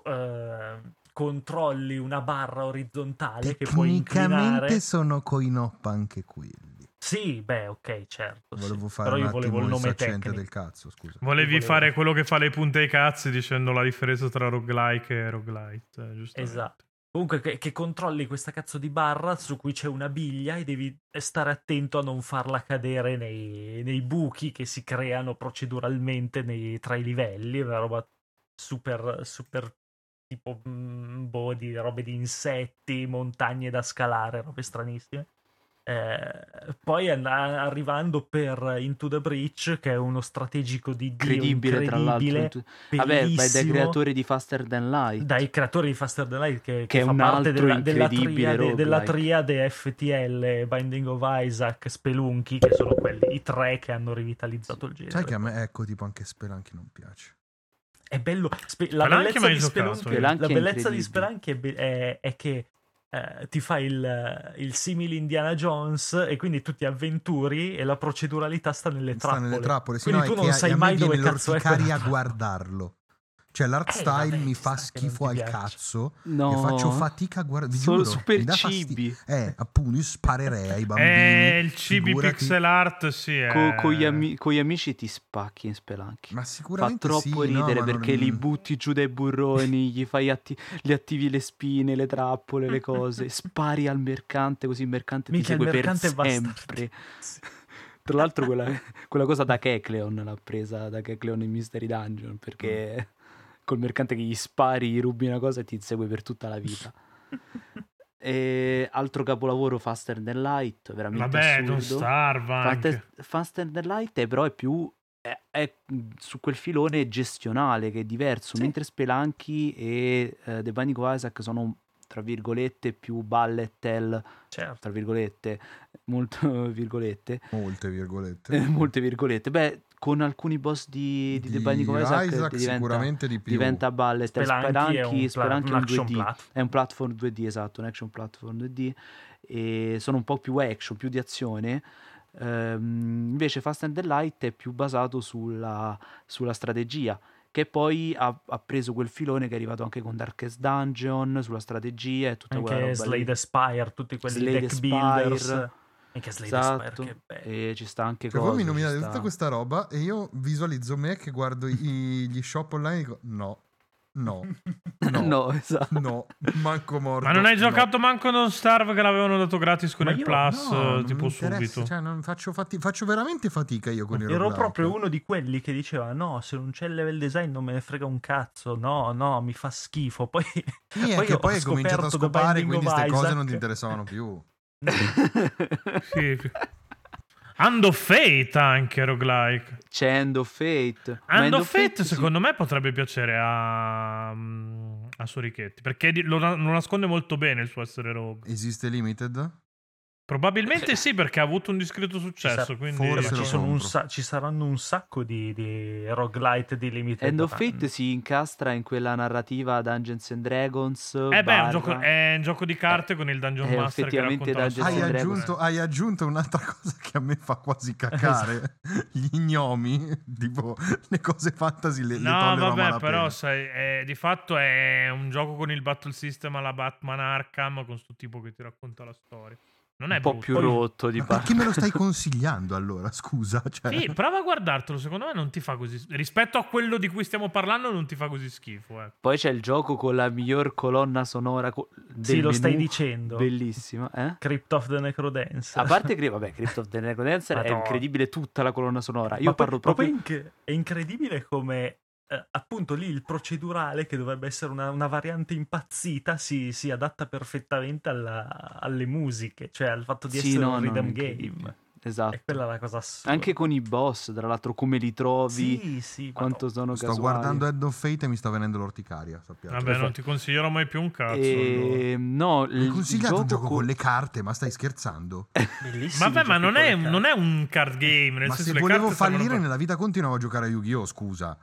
S2: controlli una barra orizzontale che puoi inclinare.
S3: sono coin-op anche quelli.
S2: Sì, beh, ok, certo.
S3: Volevo
S2: sì.
S3: fare
S2: Però
S3: un
S2: io volevo il
S3: attimo il
S2: nome
S3: saccente
S2: tecnico.
S3: del cazzo, scusa.
S1: Volevi fare quello che fa le punte ai cazzi dicendo la differenza tra roguelike e roguelite, giustamente.
S2: Esatto. Comunque che controlli questa cazzo di barra su cui c'è una biglia e devi stare attento a non farla cadere nei buchi che si creano proceduralmente tra i livelli. Una roba super, super tipo di robe di insetti, montagne da scalare, robe stranissime. Poi arrivando per Into the Breach, che è uno strategico di Dio
S4: Incredibile, tra l'altro.
S2: incredibile,
S4: Vabbè, vai dai
S2: bellissimo,
S4: creatori di Faster Than Light.
S2: dai creatori di Faster Than Light, che
S4: Che è
S2: fa
S4: un
S2: parte
S4: altro
S2: della
S4: incredibile roguelike.
S2: triade FTL, Binding of Isaac, Spelunky, che sono quelli, i tre che hanno rivitalizzato il genere.
S3: Sai che a me, ecco, tipo anche Spelunky non piace.
S2: È bello. La
S1: Spelunky
S2: bellezza
S1: mai
S2: di
S1: giocato,
S2: Spelunky,
S4: Spelunky
S2: la
S4: è
S2: bellezza di
S4: incredibile.
S2: Spelunky è che ti fa il simile Indiana Jones e quindi tu ti avventuri e la proceduralità sta nelle trappole.
S3: Sì,
S2: Quindi
S3: no,
S2: tu
S3: è
S2: non
S3: che
S2: sai
S3: a me
S2: mai dove
S3: viene
S2: cazzo è
S3: l'orticaria
S2: quella
S3: a
S2: trappola.
S3: guardarlo. Cioè l'art style
S2: Vabbè,
S3: mi
S2: ci
S3: fa
S2: sta che non
S3: schifo
S2: ti
S3: al
S2: piace.
S3: cazzo
S4: No,
S3: e faccio fatica a guardare, vi
S4: solo
S3: giuro,
S4: super
S3: mi dà fastidio.
S4: cibi.
S3: Appunto, io sparerei ai bambini,
S1: Il cibi
S3: figurati.
S1: pixel art, sì,
S4: Con gli amici ti spacchi in Spelunky.
S3: Ma
S4: Fa
S3: sicuramente
S4: troppo
S3: sì, no,
S4: ridere
S3: ma
S4: perché li butti giù dai burroni, gli attivi le spine, le trappole, le cose, spari al mercante così il mercante
S2: Mica
S4: ti
S2: il
S4: segue per
S2: mercante è
S4: sempre.
S2: Sì.
S4: Tra l'altro quella cosa da Kecleon l'ha presa da Kecleon in Mystery Dungeon, perché col mercante che gli spari, gli rubi una cosa e ti segue per tutta la vita. E altro capolavoro, Faster Than Light, veramente
S1: Vabbè, Don't
S4: assurdo.
S1: Starve anche.
S4: Faster Than Light però è più è su quel filone gestionale che è diverso,
S2: Sì.
S4: mentre Spelunky e The Binding of Isaac sono tra virgolette più bullet hell,
S2: Certo.
S4: tra virgolette, molto virgolette,
S3: molte virgolette.
S4: molte virgolette. Beh, con alcuni boss di The Binding of Isaac
S3: sicuramente di più.
S4: diventa bullet hell.
S2: Spelunky è un
S4: Spelunky è un
S2: action
S4: 2D,
S2: platform.
S4: è un platform 2D, esatto, un action platform 2D, e sono un po' più action, più di azione. Invece Fast and the Light è più basato sulla strategia, che poi ha preso quel filone che è arrivato anche con Darkest Dungeon sulla strategia e tutta quella
S2: Anche
S4: roba
S2: Slay
S4: lì.
S2: the Spire, tutti quelli
S4: Slay the
S2: deck
S4: Spire,
S2: builders. Anche Slay the Spire,
S4: esatto,
S2: che bello.
S4: e ci sta anche
S3: Cioè voi mi
S4: cosa, ci
S3: nominate
S4: sta-
S3: tutta questa roba e io visualizzo me che guardo gli shop online e dico no,
S4: No, esatto.
S3: no, manco morto.
S1: Ma non hai
S3: no.
S1: giocato manco Non Starve che l'avevano dato gratis con
S2: Ma
S1: il
S2: io-
S1: Plus,
S3: No, non
S1: tipo
S3: mi interessa,
S1: subito.
S3: cioè non faccio veramente fatica io con i
S2: Ero
S3: roguelike.
S2: proprio uno di quelli che diceva no, se non c'è il level design non me ne frega un cazzo, no, mi fa schifo. Poi,
S3: Sì, è
S2: poi
S3: che
S2: ho
S3: poi hai cominciato a
S2: scoperto The
S3: scopare,
S2: Binding
S3: quindi
S2: of
S3: queste cose
S2: Isaac.
S3: non ti interessavano più.
S1: Sì. Hand of Fate anche, roguelike.
S4: C'è End of Fate. Ma
S1: Hand of Fate
S4: sì.
S1: secondo me potrebbe piacere a Sorichetti, perché lo nasconde molto bene il suo essere rogue.
S3: Esiste Limited?
S1: Probabilmente sì, perché ha avuto un discreto successo, quindi
S3: forse lo compro.
S2: Ci saranno un sacco di roguelite di limited
S4: End of
S2: run.
S4: Fate si incastra in quella narrativa Dungeons and Dragons.
S1: beh, è un gioco di carte con il Dungeon Master che
S4: effettivamente
S1: racconta la
S4: Dungeons
S1: storia.
S4: and Dragons.
S3: Hai aggiunto un'altra cosa che a me fa quasi cacare. Gli gnomi, tipo le cose fantasy le
S1: No,
S3: tollero a
S1: vabbè,
S3: malapena.
S1: però sai, di fatto è un gioco con il battle system alla Batman Arkham, con sto tipo che ti racconta la storia. Non è
S4: Un po'
S1: brutto.
S4: più rotto di
S3: Ma perché me lo stai consigliando allora? Scusa. Cioè...
S1: Sì, prova a guardartelo, secondo me non ti fa così. Rispetto a quello di cui stiamo parlando, non ti fa così schifo.
S4: Poi c'è il gioco con la miglior colonna sonora del
S2: Sì, lo stai
S4: menù,
S2: dicendo.
S4: bellissima,
S2: Crypt of the Necrodancer.
S4: A parte Crypt of the Necrodancer è
S2: Madonna.
S4: incredibile tutta la colonna sonora. Io
S2: Ma
S4: parlo
S2: poi
S4: proprio
S2: è incredibile come appunto lì il procedurale, che dovrebbe essere una variante impazzita, si adatta perfettamente alle musiche, cioè al fatto di essere un rhythm game.
S4: Esatto.
S2: E quella è la cosa assurda.
S4: Anche con i boss, tra l'altro, come li trovi,
S2: Sì,
S4: quanto sono
S3: Sto
S4: casuali.
S3: guardando End of Fate e mi sta venendo l'orticaria, sappiate.
S1: Vabbè, non ti consiglierò mai più un cazzo. Allora.
S4: No,
S3: Mi hai consigliato un gioco
S4: con
S3: con le carte, ma stai scherzando?
S2: Bellissimo.
S1: Vabbè, ma non è un card game. Nel
S3: Ma
S1: senso,
S3: se
S1: le
S3: volevo
S1: carte servono
S3: fallire
S1: per-
S3: nella vita continuavo a giocare a Yu-Gi-Oh, scusa.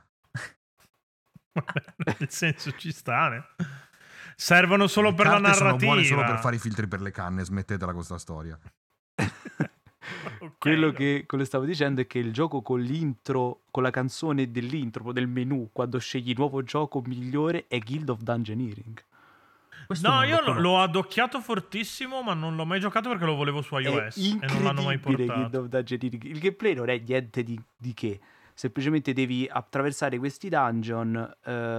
S1: Nel senso, ci sta. Servono solo
S3: Le
S1: per la
S3: carte sono
S1: narrativa.
S3: buone solo per fare i filtri per le canne, smettetela con sta storia.
S1: Ok,
S4: quello
S1: no.
S4: che stavo dicendo è che il gioco con l'intro, con la canzone dell'intro, proprio del menu, quando scegli il nuovo gioco migliore, è Guild of Dungeoneering.
S2: Questo
S1: No,
S2: non lo
S1: io
S2: conosco.
S1: l'ho addocchiato fortissimo, ma non l'ho mai giocato perché lo volevo su iOS e non l'hanno mai
S4: Guild
S1: portato.
S4: of Dungeoneering. Il gameplay non è niente di che. Semplicemente devi attraversare questi dungeon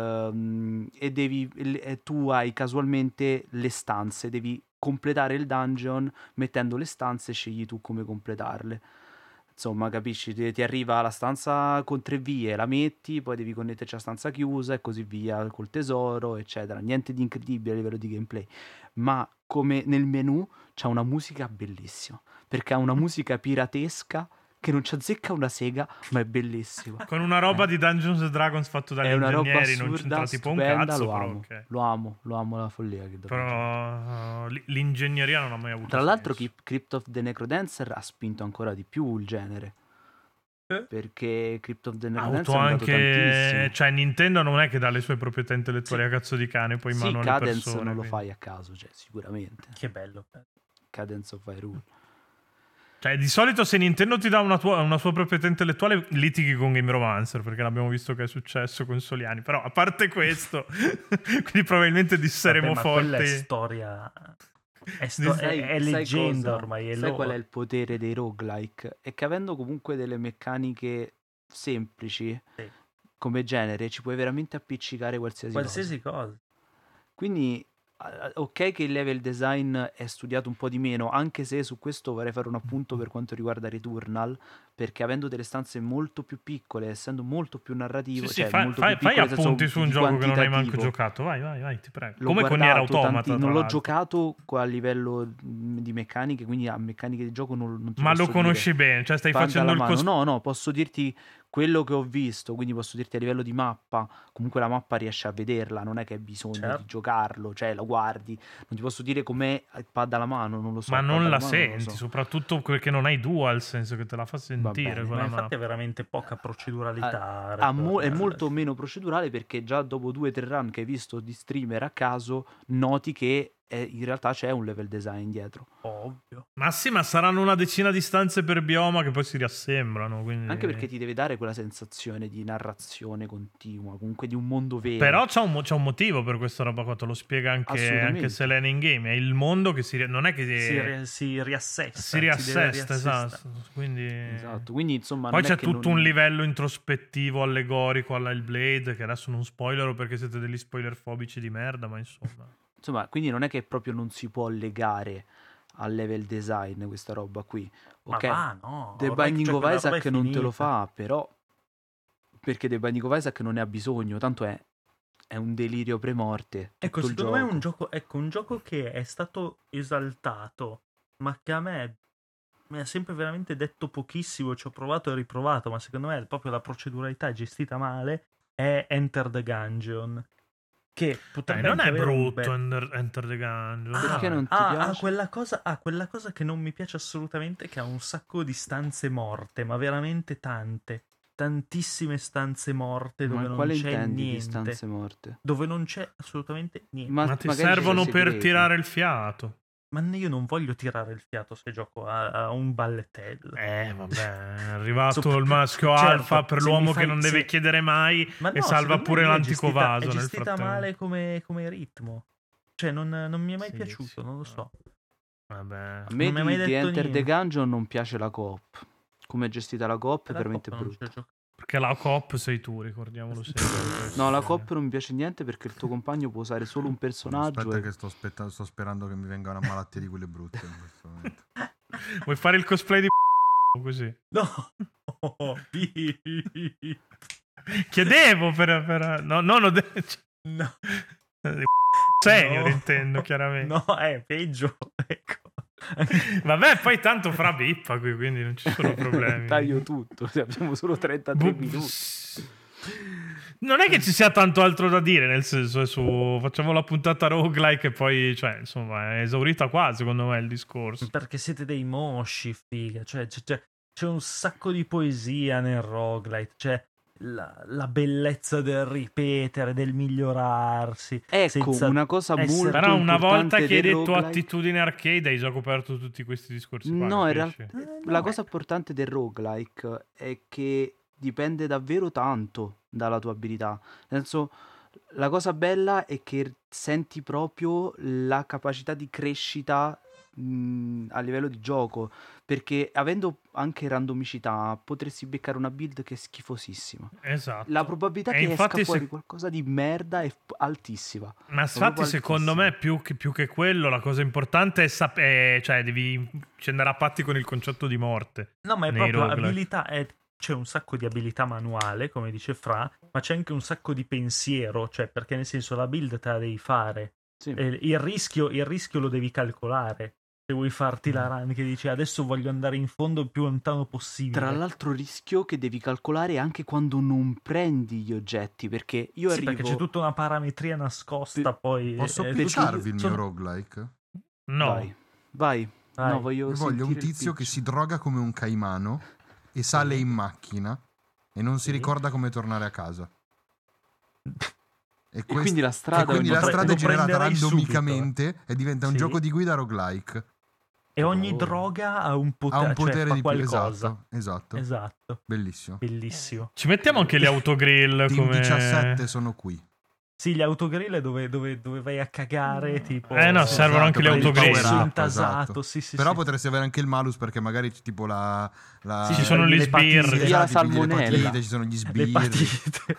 S4: e tu hai casualmente le stanze, devi completare il dungeon mettendo le stanze e scegli tu come completarle. insomma, capisci, ti arriva la stanza con 3 vie, la metti, poi devi connetterci alla stanza chiusa e così via, col tesoro, eccetera. Niente di incredibile a livello di gameplay, ma come nel menu c'ha una musica bellissima, perché ha una musica piratesca che non ci azzecca una sega, ma è bellissima.
S1: Con una roba di Dungeons and Dragons fatto dagli
S4: È una roba
S1: ingegneri, non
S4: assurda,
S1: c'entra tipo un
S4: stupenda,
S1: cazzo,
S4: lo
S1: però
S4: amo,
S1: ok.
S4: lo amo la follia. Che
S1: Però l'ingegneria non ha mai avuto
S4: Tra l'altro
S1: senso.
S4: Crypt of the Necrodancer ha spinto ancora di più il genere. Perché Crypt of the
S1: Ha
S4: Necrodancer
S1: avuto
S4: è andato tantissimo.
S1: anche... Cioè Nintendo non è che dà le sue proprietà intellettuali a cazzo di cane poi in
S4: Sì,
S1: mano alle
S4: Cadence
S1: persone.
S4: non lo
S1: quindi.
S4: fai a caso, cioè sicuramente.
S2: Che bello.
S4: Cadence of Hyrule.
S1: Cioè, di solito se Nintendo ti dà una sua proprietà intellettuale, litighi con Game Romancer, perché l'abbiamo visto che è successo con Soliani. Però, a parte questo, quindi probabilmente disseremo
S2: Vabbè, ma quella è
S1: forti.
S2: storia... È
S4: Sai
S2: leggenda
S4: cosa?
S2: ormai.
S4: Sai qual è il potere dei roguelike? È che avendo comunque delle meccaniche semplici
S2: Sì.
S4: come genere, ci puoi veramente appiccicare qualsiasi cosa. Quindi, ok che il level design è studiato un po' di meno, anche se su questo vorrei fare un appunto per quanto riguarda Returnal, perché avendo delle stanze molto più piccole, essendo molto più narrativo,
S1: Sì,
S4: cioè
S1: fai
S4: molto più piccole,
S1: appunti
S4: nel senso
S1: su un
S4: di
S1: gioco che non hai manco
S4: quantitativo.
S1: giocato. Vai, ti prego.
S4: L'ho
S1: Come con Nier
S4: guardato
S1: Automata, tra
S4: non l'ho
S1: l'altro.
S4: giocato a livello di meccaniche, quindi a meccaniche di gioco non ti
S1: Ma
S4: posso
S1: lo conosci
S4: dire.
S1: bene, cioè stai
S4: Banda
S1: facendo
S4: alla
S1: il
S4: mano. No, posso dirti quello che ho visto, quindi posso dirti a livello di mappa, comunque la mappa riesci a vederla, non è che hai bisogno
S2: Certo.
S4: di giocarlo, cioè lo guardi, non ti posso dire com'è il pad alla mano, non lo so.
S1: Ma
S4: pad
S1: non
S4: alla
S1: la
S4: mano non lo
S1: senti,
S4: so.
S1: soprattutto perché non hai DualSense che te la fa sentire
S4: bene,
S1: quella
S2: Ma infatti
S1: mappa.
S2: è veramente poca proceduralità.
S4: È molto meno procedurale perché già dopo 2-3 run che hai visto di streamer a caso, noti che in realtà c'è un level design dietro.
S2: Ovvio.
S1: Ma sì, ma saranno una decina di stanze per bioma che poi si riassemblano. Quindi...
S4: Anche perché ti deve dare quella sensazione di narrazione continua, comunque di un mondo vero.
S1: Però c'è un motivo per questa roba qua, te lo spiega anche Selene in game. È il mondo che non è che
S2: si riassesta.
S1: si riassesta, esatto.
S4: Quindi insomma.
S1: Poi
S4: non è
S1: c'è
S4: che
S1: tutto un livello introspettivo, allegorico alla Hellblade, che adesso non spoilerò perché siete degli spoiler fobici di merda, ma insomma.
S4: Insomma, quindi non è che proprio non si può legare al level design questa roba qui. Ok,
S2: Ma no,
S4: The
S2: ormai
S4: Binding
S2: quella
S4: of
S2: roba
S4: Isaac
S2: è
S4: non te lo
S2: finita.
S4: fa, però perché The Binding of Isaac non ne ha bisogno, tanto è un delirio premorte.
S2: Ecco,
S4: tutto il
S2: secondo me è
S4: gioco.
S2: un gioco che è stato esaltato, ma che a me mi ha sempre veramente detto pochissimo, ci ho provato e riprovato, ma secondo me proprio la proceduralità è gestita male, è Enter the Gungeon. Che potrebbe
S1: non
S2: anche
S1: è
S2: avere un
S1: brutto
S2: bel...
S1: Enter the Gungeon.
S4: Perché non ti piace?
S2: quella cosa che non mi piace assolutamente, che ha un sacco di stanze morte, ma veramente tantissime stanze morte dove
S4: Ma
S2: non
S4: quale
S2: c'è
S4: intendi di
S2: niente,
S4: stanze morte?
S2: dove non c'è assolutamente niente.
S1: Ma ti
S4: magari
S1: servono
S4: c'è
S1: per
S4: segreti.
S1: tirare il fiato.
S2: Ma io non voglio tirare il fiato se gioco a un balletello.
S1: Vabbè, è arrivato il maschio
S2: certo,
S1: alfa per
S2: se
S1: l'uomo
S2: mi fai-
S1: che non deve
S2: se-
S1: chiedere mai
S2: Ma
S1: e
S2: no,
S1: salva
S2: secondo
S1: pure
S2: me
S1: l'antico vaso
S2: è
S1: nel
S2: gestita
S1: frattempo.
S2: male come ritmo. Cioè non mi è mai
S1: Sì,
S2: piaciuto,
S1: sì,
S2: non lo
S1: no.
S2: so.
S1: Vabbè.
S4: A me
S2: Non mi ha mai
S4: di
S2: detto
S4: Enter the
S2: niente.
S4: Gungeon non piace la coop. Come è gestita la coop è
S2: La
S4: veramente
S2: Coppa non ci ho
S4: brutta.
S2: giocato.
S1: Perché la coop sei tu, ricordiamolo sempre.
S4: No, la coop non mi piace niente perché il tuo compagno può usare solo un personaggio.
S3: Aspetta
S4: e-
S3: che sto sperando che mi venga una malattia di quelle brutte in questo momento.
S1: Vuoi fare il cosplay di così?
S2: No!
S1: Chiedevo per... No,
S2: No.
S1: Senior
S2: No.
S1: intendo, chiaramente.
S2: No, è peggio. Ecco.
S1: Vabbè, poi tanto fra bippa qui, quindi non ci sono problemi.
S4: Taglio tutto, abbiamo solo 33 minuti.
S1: Non è che ci sia tanto altro da dire, nel senso facciamo la puntata roguelike e poi, cioè, insomma, è esaurita qua, secondo me, il discorso.
S2: Perché siete dei mosci, figa. Cioè, c'è un sacco di poesia nel roguelite. C'è la bellezza del ripetere, del migliorarsi.
S4: Ecco,
S2: senza
S4: una cosa
S2: essere-
S4: molto
S1: Però una volta
S4: importante
S1: che hai
S4: del
S1: detto
S4: roguelike-
S1: attitudine arcade hai già coperto tutti questi discorsi qua,
S4: No, in
S1: capisci?
S4: realtà
S2: no.
S4: la cosa importante del roguelike è che dipende davvero tanto dalla tua abilità. Nel senso, la cosa bella è che senti proprio la capacità di crescita a livello di gioco, perché avendo anche randomicità potresti beccare una build che è schifosissima.
S1: Esatto.
S4: La probabilità
S1: E
S4: che
S1: infatti
S4: esca fuori qualcosa di merda è altissima.
S1: Ma
S4: È proprio
S1: infatti secondo me più che quello la cosa importante è cioè devi andare a patti con il concetto di morte.
S2: No, ma è
S1: nei
S2: proprio
S1: roguelike.
S2: abilità, c'è un sacco di abilità manuale, come dice Fra, ma c'è anche un sacco di pensiero, cioè perché nel senso la build te la devi fare.
S4: Sì.
S2: Il rischio lo devi calcolare. Se vuoi farti la run che dici adesso voglio andare in fondo il più lontano possibile.
S4: Tra l'altro rischio che devi calcolare anche quando non prendi gli oggetti, perché io
S2: Sì,
S4: arrivo...
S2: perché c'è tutta una parametria nascosta, poi...
S3: Posso
S2: perché
S3: pitcharvi il mio
S2: sono-
S3: roguelike?
S1: No.
S4: Vai.
S2: Vai.
S4: No, voglio
S3: Io voglio un
S4: sentire il
S3: tizio che
S4: pitch.
S3: si droga come un caimano e sale in macchina e non si
S2: Sì.
S3: ricorda come tornare a casa.
S4: E quindi la strada
S3: quindi
S4: ogni-
S3: la strada è
S2: lo
S3: generata
S2: prenderei
S3: randomicamente e diventa un
S2: Sì.
S3: gioco di guida roguelike.
S2: E ogni
S4: Oh.
S2: droga ha un
S3: Ha
S2: potere,
S3: un potere
S2: cioè fa
S3: di più.
S2: qualcosa.
S3: Esatto.
S2: Esatto.
S3: Bellissimo.
S2: Bellissimo.
S1: Ci mettiamo anche gli autogrill
S3: Team
S1: come
S3: 17 sono qui.
S2: Sì, gli autogrill è dove vai a cagare, tipo...
S1: No,
S3: Sì,
S1: servono anche gli
S3: per il
S1: autogrill.
S3: power up,
S2: Intasato,
S3: esatto.
S2: sì,
S3: Però
S2: sì.
S3: potresti avere anche il malus perché magari c'è tipo la
S2: Sì,
S1: ci sono
S2: le
S1: gli
S2: epatiti.
S1: sbirri.
S3: Sì,
S4: Via la
S3: esatto, ti pigli le
S4: salmonella.
S3: patite, ci sono gli
S2: Le
S3: sbirri.
S2: patite.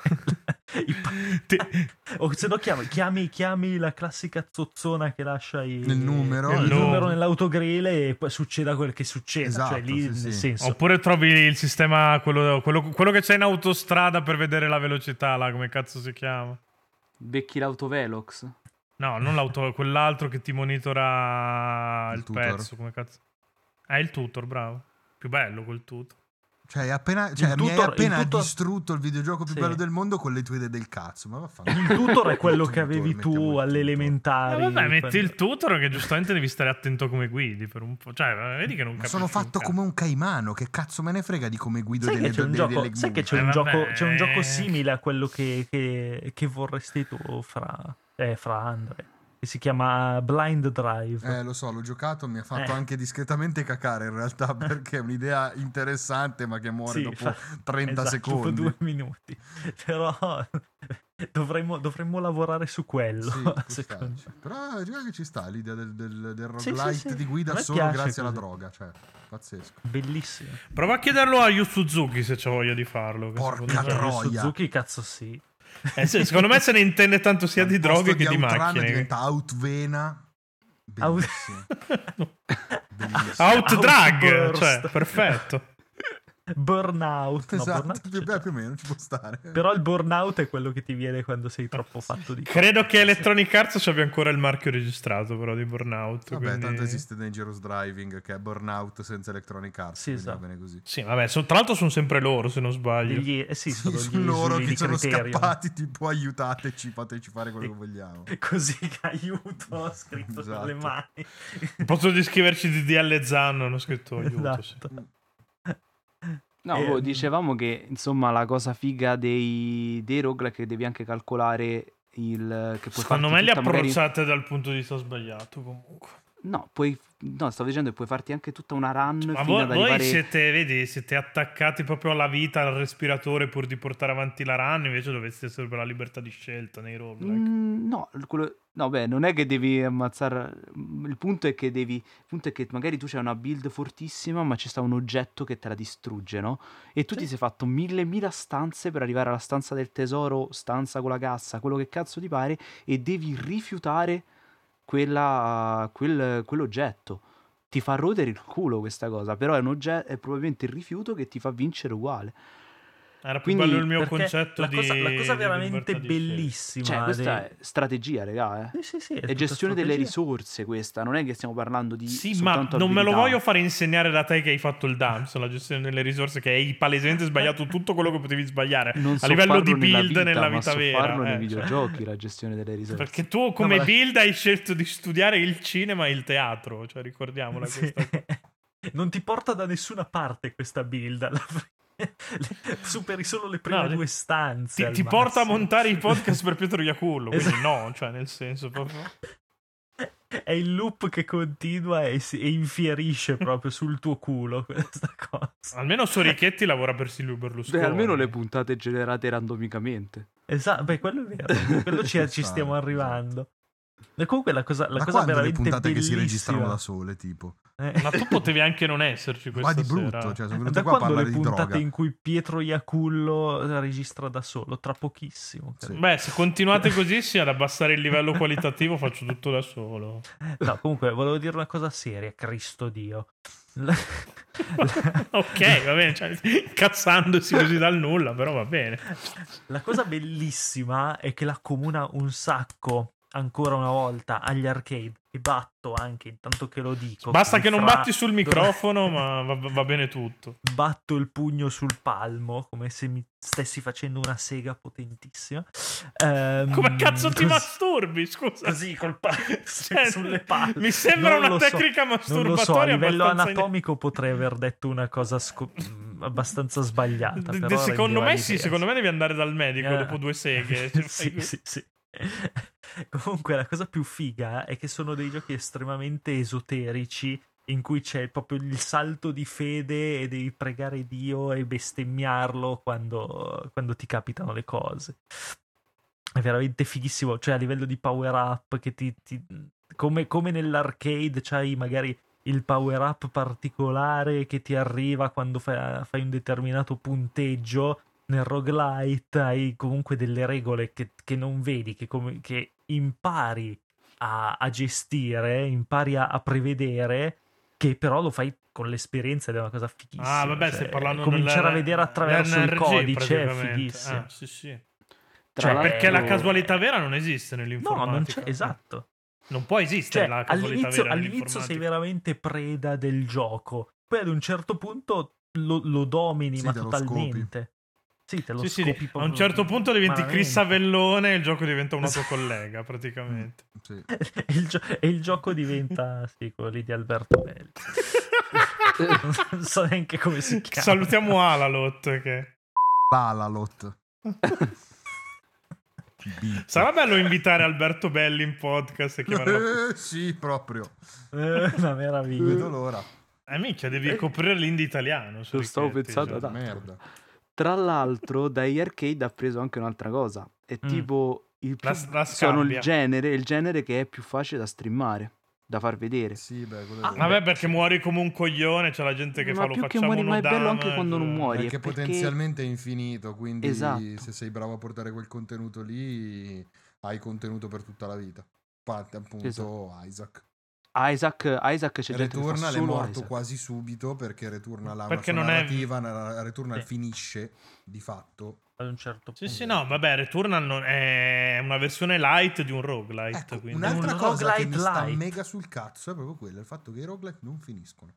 S2: O se no chiami la classica zozzona che lascia
S3: Il numero.
S2: il
S1: Il
S2: numero
S1: numero.
S2: nell'autogrill e poi succeda quel che succeda.
S3: Esatto,
S2: cioè lì
S3: sì,
S2: nel
S3: sì.
S2: senso...
S1: Oppure trovi il sistema, quello che c'è in autostrada per vedere la velocità, là, come cazzo si chiama?
S4: Becchi l'autovelox.
S1: No, non quell'altro che ti monitora
S3: Il
S1: il
S3: tutor.
S1: pezzo, come cazzo. Il tutor, bravo. Più bello quel tutor.
S3: Cioè, mi hai
S2: tutor-
S3: appena
S2: il tutor-
S3: distrutto il videogioco più
S2: Sì.
S3: bello del mondo con le tue idee del cazzo. Ma vaffanculo.
S2: Il tutor è quello che
S3: Tutor,
S2: avevi
S3: mettiamo il
S2: tu
S3: tutor.
S2: alle elementari.
S1: Vabbè, metti
S2: quando-
S1: il tutor che giustamente devi stare attento come guidi per un po'. Cioè, vedi che non
S3: Ma
S1: capisci
S3: sono
S1: un
S3: fatto
S1: cazzo.
S3: come un caimano. Che cazzo me ne frega di come guido
S2: Sai
S3: delle
S2: che c'è un
S3: delle
S2: gioco, sai che c'è un,
S1: vabbè.
S2: gioco, c'è un gioco simile a quello che vorresti tu fra Andre, che si chiama Blind Drive.
S3: Lo so, l'ho giocato, mi ha fatto
S2: Eh.
S3: anche discretamente cacare in realtà perché è un'idea interessante ma che muore
S2: Sì,
S3: dopo 30
S2: esatto,
S3: secondi.
S2: dopo 2 minuti. Però dovremmo lavorare su quello.
S3: Sì, può
S2: secondo
S3: starci. Però già che ci sta l'idea del
S2: Sì,
S3: roguelite
S2: sì, sì.
S3: di guida
S2: A me
S3: solo
S2: piace
S3: grazie alla
S2: così.
S3: droga, cioè pazzesco.
S2: me. Bellissimo.
S1: Prova a chiederlo a Yu Suzuki se c'ho voglia di farlo. che
S3: Porca
S1: secondo me-
S3: troia.
S2: Suzuki, cazzo sì.
S1: Sì, secondo me se ne intende tanto sia di
S3: Al posto
S1: droghe che di
S3: Outrun
S1: macchine.
S3: diventa Outvena. Bellissimo. Bellissimo.
S1: Outdrag,
S2: Outburst.
S1: cioè, perfetto.
S2: Burnout. No,
S3: Esatto,
S2: burnout
S3: più,
S2: c'è.
S3: più o meno ci può stare.
S2: Però il burnout è quello che ti viene quando sei troppo fatto di
S1: Credo che Electronic Arts abbia ancora il marchio registrato però di Burnout.
S3: Vabbè,
S1: quindi-
S3: tanto esiste Dangerous Driving che è Burnout senza Electronic Arts,
S2: Sì,
S3: quindi va
S2: esatto.
S3: bene così.
S1: Sì, vabbè, tra l'altro sono sempre loro se non sbaglio.
S2: Sì,
S3: Sì,
S2: sono
S3: sono
S2: gli
S3: loro
S2: esuli
S3: che
S2: di
S3: sono
S2: Criterion.
S3: scappati, tipo aiutateci, fateci fare quello che vogliamo.
S2: Così che aiuto scritto
S3: Esatto.
S2: con le mani.
S1: Posso descriverci di DL Zan, hanno scritto aiuto. sì.
S2: Esatto.
S4: No, dicevamo che insomma la cosa figa dei roguelike è che devi anche calcolare il... Che puoi
S1: Secondo me
S4: farti
S1: li
S4: tutta magari-
S1: approcciate dal punto di vista sbagliato comunque.
S4: No, stavo dicendo che puoi farti anche tutta una run
S1: Ma
S4: fino ad
S1: voi
S4: arrivare...
S1: siete attaccati proprio alla vita, al respiratore pur di portare avanti la run, invece dovreste essere per la libertà di scelta nei roguelike.
S4: No, no, beh, non è che devi ammazzare. Il punto è che magari tu c'hai una build fortissima, ma ci sta un oggetto che te la distrugge, no? E tu ti sei fatto mille stanze per arrivare alla stanza del tesoro, stanza con la cassa, quello che cazzo ti pare, e devi rifiutare quell'oggetto. Ti fa rodere il culo questa cosa, però è probabilmente il rifiuto che ti fa vincere uguale.
S1: Era più
S4: Quindi,
S1: bello il mio
S2: Perché
S1: concetto
S2: la cosa
S1: di
S2: veramente
S1: libertà di scelta.
S2: bellissima
S4: Cioè, questa è strategia, raga,
S2: Sì,
S4: È
S2: tutta
S4: gestione delle
S2: strategia.
S4: risorse questa, non è che stiamo parlando di
S1: Sì, ma
S4: soltanto
S1: non me lo
S4: abilità.
S1: voglio fare insegnare da te che hai fatto il DAMS, la gestione delle risorse, che hai palesemente sbagliato tutto quello che potevi sbagliare
S4: Non
S1: a
S4: so
S1: livello di
S4: farlo nella
S1: build nella
S4: ma
S1: vita
S4: so
S1: vera.
S4: farlo nei
S1: cioè.
S4: videogiochi, la gestione delle risorse.
S1: Perché tu come
S2: ma la-
S1: build hai scelto di studiare il cinema e il teatro, cioè ricordiamola
S2: Sì.
S1: questa cosa.
S2: Non ti porta da nessuna parte questa build alla fine. Superi solo le prime
S1: No,
S2: 2 stanze. al
S1: Ti porta a
S2: massimo.
S1: montare i podcast per Pietro Iacullo, quindi
S2: Esatto.
S1: no, cioè nel senso proprio...
S2: È il loop che continua e infierisce proprio sul tuo culo questa cosa.
S1: Almeno Sorichetti lavora per Silvio Berlusconi.
S4: Beh, almeno le puntate generate randomicamente.
S2: Esatto, beh, quello è vero. Quello ci stiamo
S3: Esatto.
S2: arrivando. E comunque la cosa
S3: Ma
S2: cosa
S3: quando le
S2: veramente
S3: puntate che si registrano da
S2: bellissima.
S3: sole, tipo?
S1: Ma tu potevi anche non esserci
S3: Ma
S1: questa
S3: di brutto,
S1: sera.
S3: cioè sono venuto
S2: Da
S3: qua a
S2: quando
S3: parlare
S2: le
S3: di
S2: puntate
S3: droga.
S2: in cui Pietro Iacullo registra da solo? Tra pochissimo.
S3: Sì.
S2: credo.
S1: Beh, se continuate così, sì, ad abbassare il livello qualitativo faccio tutto da solo.
S2: No, comunque volevo dire una cosa seria, Cristo Dio.
S1: Ok, va bene, cioè, cazzandosi così dal nulla, però va bene.
S2: La cosa bellissima è che l'accomuna un sacco, ancora una volta, agli arcade. E batto anche, intanto che lo dico.
S1: Basta
S2: così
S1: che non
S2: fra-
S1: batti sul microfono, ma va bene tutto.
S2: Batto il pugno sul palmo, come se mi stessi facendo una sega potentissima.
S1: Come cazzo ti
S2: così-
S1: masturbi, scusa?
S2: Così, col
S1: Cioè,
S2: sulle palle.
S1: mi sembra
S2: Non
S1: una
S2: lo so,
S1: tecnica
S2: Non lo so, a
S1: masturbatoria
S2: livello
S1: abbastanza
S2: anatomico potrei aver detto una cosa abbastanza sbagliata. Però
S1: secondo
S2: rendeva
S1: me sì,
S2: l'idea.
S1: secondo me devi andare dal medico
S2: Eh,
S1: dopo 2 seghe. Cioè,
S2: sì,
S1: fai-
S2: sì. Comunque la cosa più figa è che sono dei giochi estremamente esoterici in cui c'è proprio il salto di fede e devi pregare Dio e bestemmiarlo quando ti capitano le cose. È veramente fighissimo, cioè a livello di power up che come nell'arcade c'hai magari il power up particolare che ti arriva quando fai un determinato punteggio. Nel roguelite hai comunque delle regole che non vedi, che impari a gestire, impari a prevedere, che però lo fai con l'esperienza ed è una cosa fighissima.
S1: Ah, vabbè,
S2: cioè,
S1: stai parlando
S2: cominciare a vedere attraverso il
S1: l'NRG
S2: codice è
S1: praticamente.
S2: fighissimo.
S1: Ah, sì, sì.
S4: Tra
S2: Cioè,
S1: Perché la
S4: l'altro-
S1: casualità vera non esiste
S2: No,
S1: nell'informatica.
S2: non c'è, esatto.
S1: Non può esistere
S2: Cioè,
S1: la casualità vera
S2: all'inizio sei
S1: nell'informatica.
S2: veramente preda del gioco, poi ad un certo punto lo domini,
S3: Sì,
S2: ma
S3: te lo
S2: totalmente. Sì, te lo
S1: Sì, sì,
S2: scopi
S1: a un
S2: proprio
S1: certo punto diventi
S2: malamente.
S1: Chris Avellone e il gioco diventa un tuo collega, praticamente.
S3: Sì.
S2: E il gioco diventa, sì, quello lì di Alberto Belli. Non so neanche come si chiama.
S1: Salutiamo Alalot che...
S3: L'alalot.
S1: Sarà bello invitare Alberto Belli in podcast e chiamarlo...
S3: Sì, proprio.
S2: Una meraviglia.
S3: Vedo l'ora.
S1: Minchia, devi coprire l'indie italiano. su
S4: Lo stavo
S1: Richetti,
S4: pensando
S1: cioè.
S4: ad altro.
S3: Merda.
S4: Tra l'altro, dagli arcade ha preso anche un'altra cosa. È tipo
S1: La
S4: sono il
S1: scabbia.
S4: genere che è più facile da streamare, da far vedere.
S3: Sì, beh, quello
S2: Ah,
S3: è
S1: Vabbè, perché muori come un coglione, c'è la gente che
S4: Ma
S1: fa lo
S4: più che
S1: facciamo
S4: muori, ma è bello
S1: damage.
S4: anche quando non muori.
S3: perché
S4: è perché-
S3: potenzialmente è infinito, quindi
S4: Esatto.
S3: se sei bravo a portare quel contenuto lì, hai contenuto per tutta la vita. Parte appunto
S4: Esatto.
S3: Isaac.
S4: Isaac c'è gente che fa
S3: Returnal è
S4: solo
S3: morto
S4: Isaac.
S3: quasi subito perché Returnal ha
S1: Perché
S3: una
S1: non
S3: sua
S1: è-
S3: narrativa, Returnal
S2: Sì.
S3: finisce di fatto.
S2: Ad un certo punto.
S1: Sì, sì, no, vabbè, Returnal è una versione light di un roguelite.
S3: Ecco,
S1: quindi...
S3: un'altra
S2: Un
S3: cosa che mi
S2: roguelite
S3: sta
S2: light.
S3: mega sul cazzo è proprio quello, il fatto che i roguelite non finiscono.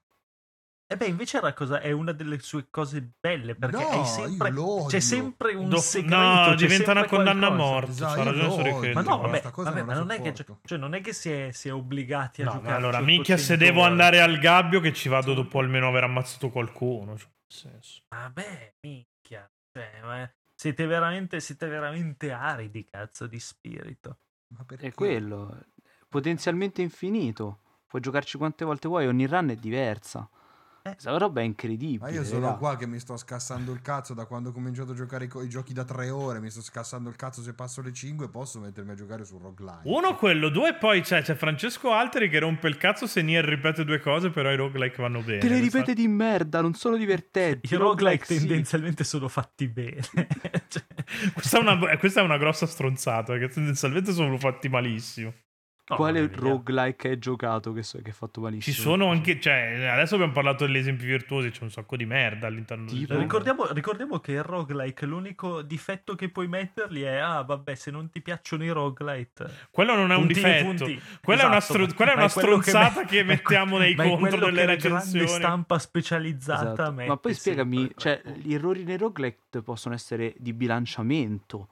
S2: E beh, invece è una delle sue cose belle, perché
S3: No,
S2: hai sempre,
S3: io lo
S2: c'è
S3: odio.
S2: sempre un
S1: Dopo-
S2: segreto,
S1: no,
S2: c'è
S1: diventa una
S2: sempre
S1: condanna a
S2: qualcosa.
S1: morte.
S3: Esatto,
S1: C'ha
S3: io
S1: ragione
S3: lo
S1: su
S3: odio.
S1: Richetti.
S2: Ma no,
S3: Questa
S2: vabbè,
S3: cosa non la
S2: ma non è che,
S3: sopporto.
S2: cioè, non è che si è obbligati a
S1: No, ma
S2: giocare.
S1: allora, minchia, se devo andare al gabbio che ci vado dopo almeno aver ammazzato qualcuno. Cioè, nel senso.
S2: Vabbè, minchia. Cioè, ma siete veramente aridi, cazzo, di spirito.
S3: Ma perché?
S4: È quello. Potenzialmente infinito. Puoi giocarci quante volte vuoi, ogni run è diversa. Questa roba è incredibile.
S3: Ma io sono
S4: raga.
S3: qua che mi sto scassando il cazzo da quando ho cominciato a giocare i giochi da 3 ore. Mi sto scassando il cazzo se passo le 5. Posso mettermi a giocare su roguelite.
S1: Uno, quello. Due, poi c'è Francesco Alteri che rompe il cazzo se Nier ripete 2 cose, però i roguelike vanno bene.
S4: Te le ripete di merda, non sono divertenti.
S2: I roguelike
S4: sì.
S2: tendenzialmente sono fatti bene. Cioè,
S1: Questa è una grossa stronzata, perché tendenzialmente sono fatti malissimo.
S2: no,
S4: Quale
S2: vabbè, vediamo.
S4: roguelike hai giocato che è fatto malissimo?
S1: Ci sono anche, cioè, adesso abbiamo parlato degli esempi virtuosi, c'è un sacco di merda all'interno del
S4: Tipo?
S1: gioco.
S2: Ricordiamo che il roguelike l'unico difetto che puoi mettergli è vabbè, se non ti piacciono i roguelite.
S1: Quello non è un
S2: Puntini e
S1: difetto.
S2: punti.
S1: Quella è una,
S2: Esatto,
S1: quella è
S2: ma
S1: una
S2: è quello che
S1: stronzata
S2: me-
S1: che
S2: ma è
S1: mettiamo nei
S2: ma è
S1: contro
S2: quello
S1: delle
S2: che la grande
S1: recensioni.
S2: stampa specializzata
S4: Esatto.
S2: mette
S4: Ma poi spiegami,
S2: sempre,
S4: cioè,
S2: appunto.
S4: gli errori nei roguelite possono essere di bilanciamento.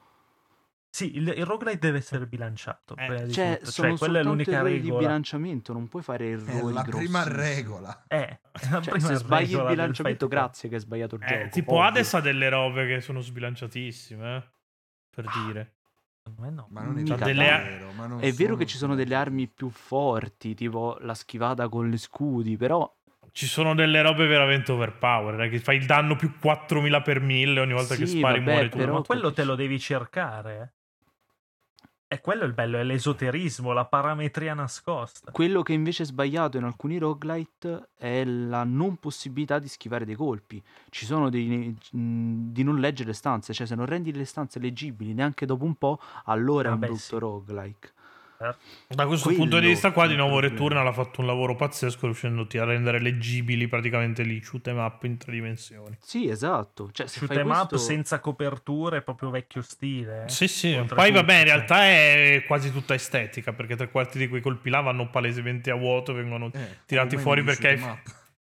S2: Sì, il roguelite deve essere bilanciato. prima di
S4: Cioè,
S2: tutto.
S4: sono
S2: Cioè, quella è
S4: soltanto
S2: l'unica
S4: errori di
S2: regola.
S4: bilanciamento, non puoi fare
S3: È
S4: errori
S3: la prima
S4: grossi.
S3: regola.
S2: È la
S4: Cioè,
S2: prima
S4: se sbagli il
S2: regola del
S4: bilanciamento,
S2: fight
S4: grazie che hai sbagliato il gioco.
S1: Tipo
S4: ovvio.
S1: Hades ha delle robe che sono sbilanciatissime, per dire.
S2: Secondo me no.
S3: Ma non è
S4: Mica
S3: vero,
S1: delle-
S3: ma non
S4: È vero
S3: sono
S4: che ci sono delle armi più forti, tipo la schivata con le scudi, però
S1: Ci sono delle robe veramente overpower, che fai il danno più 4000 per 1000 ogni volta che
S4: Sì,
S1: spari
S4: vabbè,
S1: muori tu.
S4: però-
S2: Ma quello te lo devi cercare. è quello il bello, è l'esoterismo, la parametria nascosta.
S4: Quello che invece è sbagliato in alcuni roguelite è la non possibilità di schivare dei colpi. Ci sono di non leggere le stanze, cioè se non rendi le stanze leggibili neanche dopo un po', allora è un brutto
S2: sì.
S4: roguelike.
S1: Da questo punto di vista qua di nuovo Returnal ha fatto un lavoro pazzesco riuscendoti a rendere leggibili praticamente gli shoot 'em up in 3 dimensioni.
S4: Sì, esatto. Cioè, se
S2: Shoot
S4: fai
S2: 'em up
S4: questo...
S2: senza coperture, proprio vecchio stile.
S1: Sì, sì.
S2: Oltretutto,
S1: Poi vabbè, in
S2: cioè.
S1: realtà è quasi tutta estetica, perché 3/4 di quei colpi là vanno palesemente a vuoto, vengono tirati fuori perché...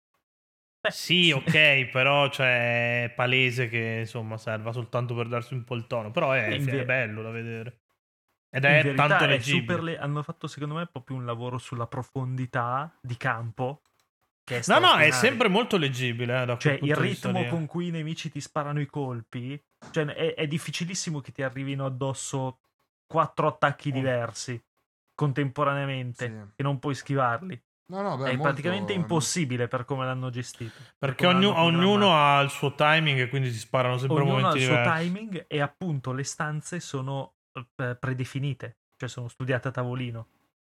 S1: Sì, ok, però cioè, è palese che insomma serva soltanto per darsi un po' il tono, però è bello da vedere. Ed è
S2: verità,
S1: tanto
S2: è
S1: leggibile.
S2: hanno fatto secondo me proprio un lavoro sulla profondità di campo. Che è
S1: No, è sempre molto leggibile. Da
S2: cioè,
S1: quel
S2: il
S1: punto di vista
S2: ritmo
S1: lì.
S2: con cui i nemici ti sparano i colpi, cioè, è difficilissimo che ti arrivino addosso 4 attacchi diversi contemporaneamente e non puoi schivarli. È praticamente impossibile per come l'hanno gestito.
S1: Perché ognuno ha il suo timing e quindi si sparano sempre a momenti diversi.
S2: Ognuno ha il suo timing e appunto le stanze sono predefinite, cioè sono studiate a tavolino.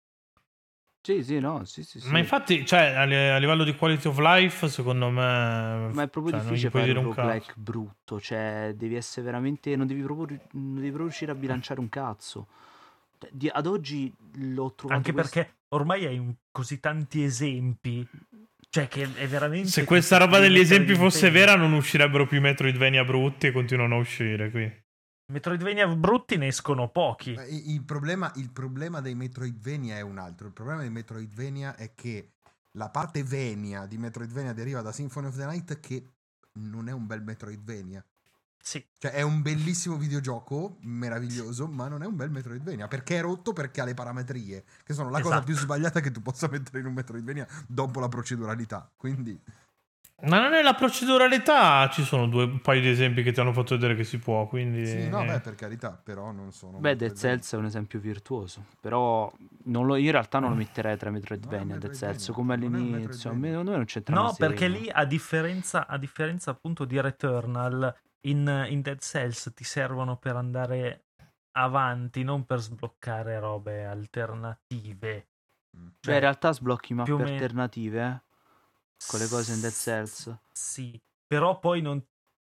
S4: Sì.
S1: Ma infatti, cioè, a livello di quality of life, secondo me...
S4: Ma è proprio difficile fare un roguelike brutto, cioè devi essere veramente... Non devi proprio riuscire a bilanciare un cazzo. Ad oggi l'ho trovato...
S2: Anche perché ormai hai così tanti esempi, cioè che è veramente...
S1: Se questa roba degli esempi fosse vera, non uscirebbero più Metroidvania brutti e continuano a uscire qui.
S2: Metroidvania brutti ne escono pochi.
S3: Il problema dei Metroidvania è un altro. Il problema dei Metroidvania è che la parte Venia di Metroidvania deriva da Symphony of the Night, che non è un bel Metroidvania.
S2: Sì.
S3: Cioè è un bellissimo videogioco, meraviglioso, ma non è un bel Metroidvania, perché è rotto, perché ha le parametrie, che sono la cosa più sbagliata che tu possa mettere in un Metroidvania dopo la proceduralità. Quindi...
S1: Ma non è la proceduralità, ci sono un paio di esempi che ti hanno fatto vedere che si può, quindi...
S3: Sì, no, beh, per carità, però non sono...
S4: Beh, Dead Cells è un esempio virtuoso, però io in realtà non lo metterei tra Metroidvania e Dead Cells, come all'inizio, a me non c'entra.
S2: No, perché lì, a differenza appunto di Returnal, in Dead Cells ti servono per andare avanti, non per sbloccare robe alternative.
S4: Cioè, in realtà sblocchi mappe alternative, con le cose in Dead Cells.
S2: Sì, però poi non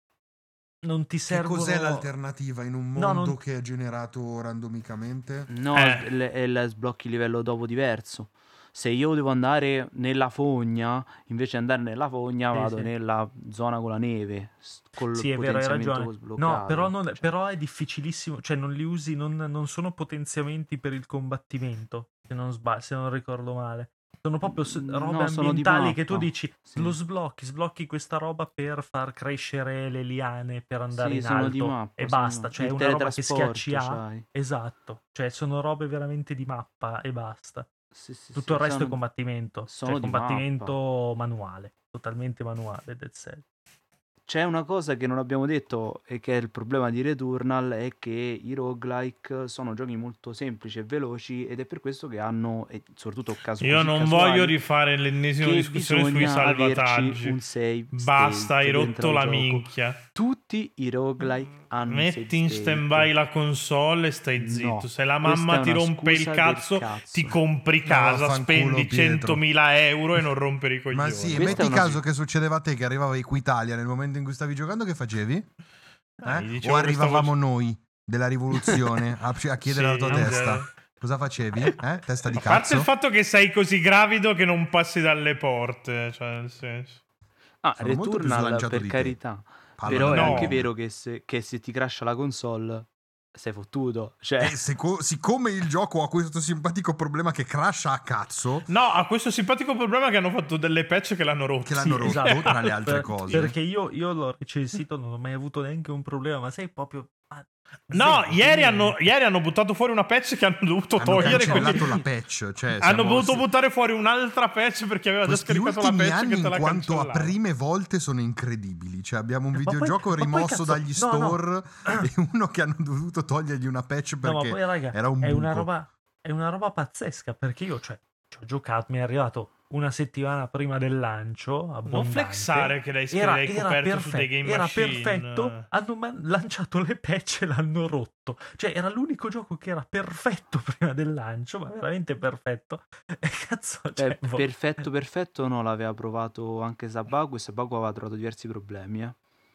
S2: ti servono...
S3: Che cos'è l'alternativa in un mondo che è generato randomicamente?
S4: No, sblocchi livello dopo diverso. Se io devo andare nella fogna, invece di andare nella fogna, vado nella zona con la neve.
S2: Sì, è vero, hai ragione. No, però è difficilissimo. Cioè, non li usi, non sono potenziamenti per il combattimento. Se non ricordo male. Sono proprio robe ambientali che tu dici, lo sblocchi questa roba per far crescere le liane, per andare in alto e basta. Cioè, è una roba che schiacci A. Esatto. Cioè, sono robe veramente di mappa e basta. Tutto il resto è combattimento. Cioè, combattimento manuale, totalmente manuale. Dead Cells.
S4: C'è una cosa che non abbiamo detto e che è il problema di Returnal, è che i roguelike sono giochi molto semplici e veloci, ed è per questo che hanno, e soprattutto
S1: io non voglio rifare l'ennesima discussione sui salvataggi.
S4: Un save
S1: basta, hai rotto la minchia.
S4: Tutti i roguelike hanno
S1: metti in stand by la console e stai zitto. Se la mamma ti rompe il cazzo, ti compri casa, spendi 100.000 euro e non rompere i coglioni.
S3: Ma sì, e metti caso che succedeva a te che arrivava Equitalia nel momento in cui stavi giocando, che facevi? O arrivavamo noi della rivoluzione a chiedere la tua testa? Cosa facevi? Testa di cazzo?
S1: A parte il fatto che sei così gravido che non passi dalle porte, cioè nel senso.
S4: Returnal, per carità. Però è anche vero che se ti crasha la console sei fottuto. Cioè...
S3: siccome il gioco ha questo simpatico problema che crasha a cazzo.
S1: No, ha questo simpatico problema che hanno fatto delle patch che l'hanno rotto.
S2: Esatto.
S3: Tra le altre cose.
S2: Perché io l'ho recensito, non ho mai avuto neanche un problema, ma sei proprio...
S1: No, ieri hanno buttato fuori una patch che hanno dovuto togliere.
S3: La patch, cioè
S1: hanno dovuto buttare fuori un'altra patch perché aveva già scaricato la patch
S3: anni
S1: che te la
S3: in quanto
S1: cancellava.
S3: a prime volte sono incredibili. Cioè abbiamo un videogioco rimosso dagli store e uno che hanno dovuto togliergli una patch perché
S2: ma poi, raga,
S3: era un buco.
S2: È una roba pazzesca, perché io ci ho giocato, mi è arrivato una settimana prima del lancio,
S1: Non
S2: abbondante.
S1: flexare che l'hai coperto su dei Game
S2: era
S1: Machine.
S2: perfetto, hanno lanciato le patch e l'hanno rotto. Cioè era l'unico gioco che era perfetto prima del lancio, ma veramente perfetto. E cazzo, cioè,
S4: Perfetto no, l'aveva provato anche Sabaku e Sabaku aveva trovato diversi problemi.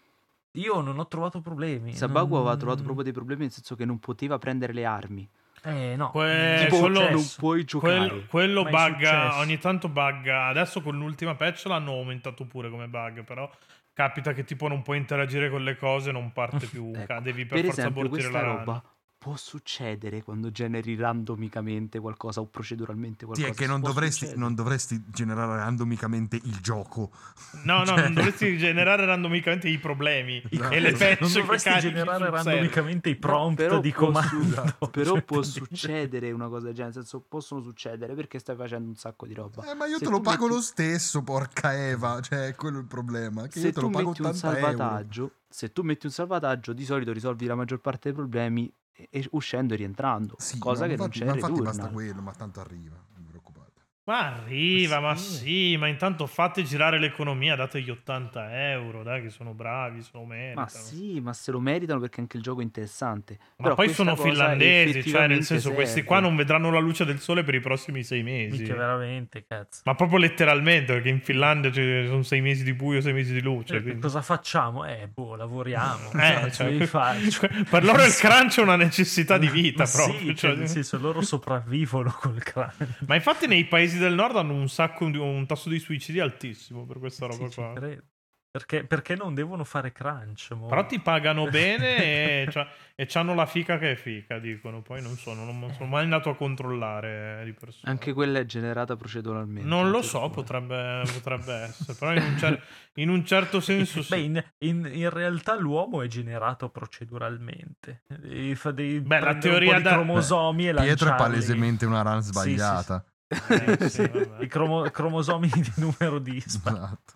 S2: io non ho trovato problemi.
S4: Sabaku aveva trovato proprio dei problemi, nel senso che non poteva prendere le armi.
S2: No,
S4: Tipo, non puoi giocare.
S1: Quello
S2: Mai
S1: bugga,
S2: successo.
S1: ogni tanto bugga. Adesso con l'ultima patch l'hanno aumentato pure come bug, però capita che tipo non puoi interagire con le cose, non parte più,
S4: Ecco,
S1: devi per forza
S4: esempio,
S1: abortire
S4: questa
S1: la
S4: roba
S1: run.
S4: può succedere quando generi randomicamente qualcosa o proceduralmente
S3: Sì,
S4: qualcosa.
S3: è che
S4: Può
S3: non
S4: succedere.
S3: dovresti generare randomicamente il gioco.
S1: No,
S3: Cioè-
S1: non dovresti generare randomicamente i problemi
S3: Esatto.
S1: e le patch
S2: non
S1: che
S2: dovresti
S1: carichi
S2: generare
S1: sul server.
S2: randomicamente i
S4: No,
S2: prompt
S4: però
S2: di
S4: può
S2: comando.
S4: Però
S2: Cioè,
S4: può
S2: per dire.
S4: succedere una cosa del genere, nel senso possono succedere perché stai facendo un sacco di roba.
S3: Ma io
S4: Se
S3: te lo
S4: tu
S3: pago
S4: metti-
S3: lo stesso, porca Eva. Cioè, quello è il problema. Che
S4: Se
S3: io te lo
S4: tu
S3: pago
S4: metti un
S3: 80 euro.
S4: salvataggio, se tu metti un salvataggio, di solito risolvi la maggior parte dei problemi uscendo e rientrando,
S3: Sì,
S4: cosa
S3: ma
S4: che
S3: infatti,
S4: non
S3: ma
S4: c'è in
S3: infatti basta
S4: Returnal.
S3: quello, ma tanto arriva. Non vi preoccupate.
S1: Ma arriva, ma
S2: Sì.
S1: sì, ma intanto fate girare l'economia, dategli 80 euro, dai, che sono bravi, se lo meritano.
S4: Ma sì, ma se lo meritano perché anche il gioco è interessante.
S1: Ma
S4: Però
S1: poi
S4: questa
S1: sono
S4: cosa
S1: finlandesi, cioè nel
S4: effettivamente
S1: senso questi
S4: serve.
S1: qua non vedranno la luce del sole per i prossimi 6 mesi.
S2: Minchia, veramente, cazzo.
S1: Ma proprio letteralmente, perché in Finlandia ci sono 6 mesi di buio, 6 mesi di luce. quindi-
S2: Cosa facciamo? Lavoriamo. Cazzo,
S1: cioè,
S2: devi fare?
S1: per loro il crunch è una necessità di vita
S2: Ma
S1: proprio.
S2: sì,
S1: cioè-
S2: nel senso, loro sopravvivono col crunch.
S1: Ma infatti nei paesi del nord hanno un tasso di suicidi altissimo per questa roba
S2: Sì, ci
S1: qua.
S2: credo. Perché non devono fare crunch?
S1: Però ti pagano bene e c'hanno la fica che è fica, dicono. Poi non so, non sono mai andato a controllare di persona.
S4: Anche quella è generata proceduralmente.
S1: Non lo
S4: ti
S1: so,
S4: ricordo.
S1: potrebbe essere. Però in un certo senso sì.
S2: Beh, in realtà l'uomo è generato proceduralmente.
S1: Beh, la teoria
S2: di
S1: da-
S2: cromosomi e
S3: Pietro è
S2: lanciarli.
S3: palesemente una run
S2: Sì, sì,
S3: sbagliata.
S1: Sì, vabbè.
S2: I cromosomi di numero dispari.
S3: Esatto.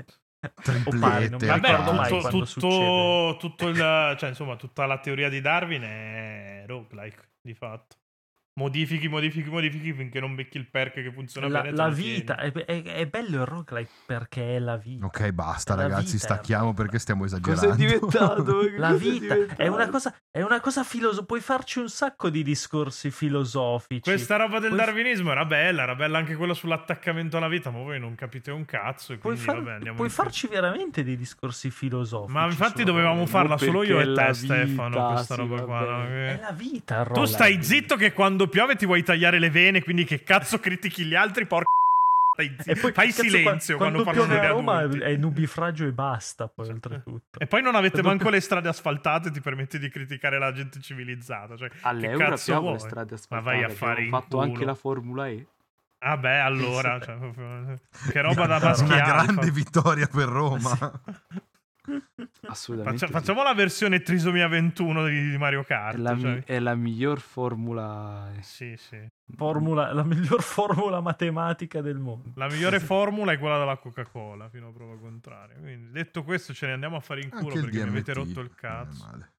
S2: O pari, non mi
S3: Triplette.
S2: ricordo mai
S1: Vabbè,
S2: quando succede.
S1: cioè, insomma, tutta la teoria di Darwin è roguelike, di fatto. Modifichi finché non becchi il perk che funziona bene. te
S2: La
S1: lo
S2: vita
S1: tieni.
S2: è bello il roguelike perché è la vita.
S3: Ok, basta,
S2: La
S3: ragazzi,
S2: vita,
S3: stacchiamo perché stiamo esagerando.
S4: Cosa è diventato?
S2: La
S4: Cosa
S2: vita
S4: diventato?
S2: è una cosa filosofica. Puoi farci un sacco di discorsi filosofici.
S1: Questa roba del
S2: Puoi-
S1: darwinismo era bella anche quella sull'attaccamento alla vita, ma voi non capite un cazzo. E
S2: Puoi,
S1: quindi, vabbè, andiamo
S2: puoi
S1: in-
S2: farci veramente dei discorsi filosofici.
S1: Ma infatti
S2: sulla
S1: dovevamo
S2: roba.
S1: farla solo io e
S4: perché è la
S1: te, Stefano,
S4: vita,
S1: questa
S4: sì,
S1: roba qua.
S4: vabbè.
S1: no?
S2: È la vita, il
S1: Tu
S2: roguelike.
S1: stai zitto che quando piove ti vuoi tagliare le vene, quindi che cazzo critichi gli altri, porca. Stai zitto.
S2: E poi,
S1: Fai
S2: cazzo,
S1: silenzio quando
S2: piove
S1: parlano
S2: a
S1: degli
S2: Roma
S1: adulti.
S2: è nubifragio e basta, poi oltretutto.
S1: E poi non avete
S2: Dopo-
S1: manco le strade asfaltate, ti permette di criticare la gente civilizzata. Cioè, che
S4: All'Euro
S1: cazzo
S4: abbiamo le
S1: vuoi?
S4: strade
S1: Ma
S4: asfaltate.
S1: vai a fare
S4: abbiamo
S1: in
S4: fatto
S1: culo.
S4: anche la Formula E.
S1: Vabbè, allora, cioè, proprio- che roba da
S3: Una
S1: baschiare.
S3: grande vittoria per Roma.
S4: Assolutamente. sì.
S1: Facciamo la versione Trisomia 21 di Mario Kart. cioè.
S4: È la miglior formula.
S1: Sì, sì.
S2: La miglior formula matematica del mondo.
S1: La migliore formula è quella della Coca-Cola, fino a prova contraria. Quindi, detto questo, ce ne andiamo a fare in culo
S3: Anche il
S1: perché mi avete
S3: DMT,
S1: rotto il
S3: non è
S1: cazzo.
S3: male.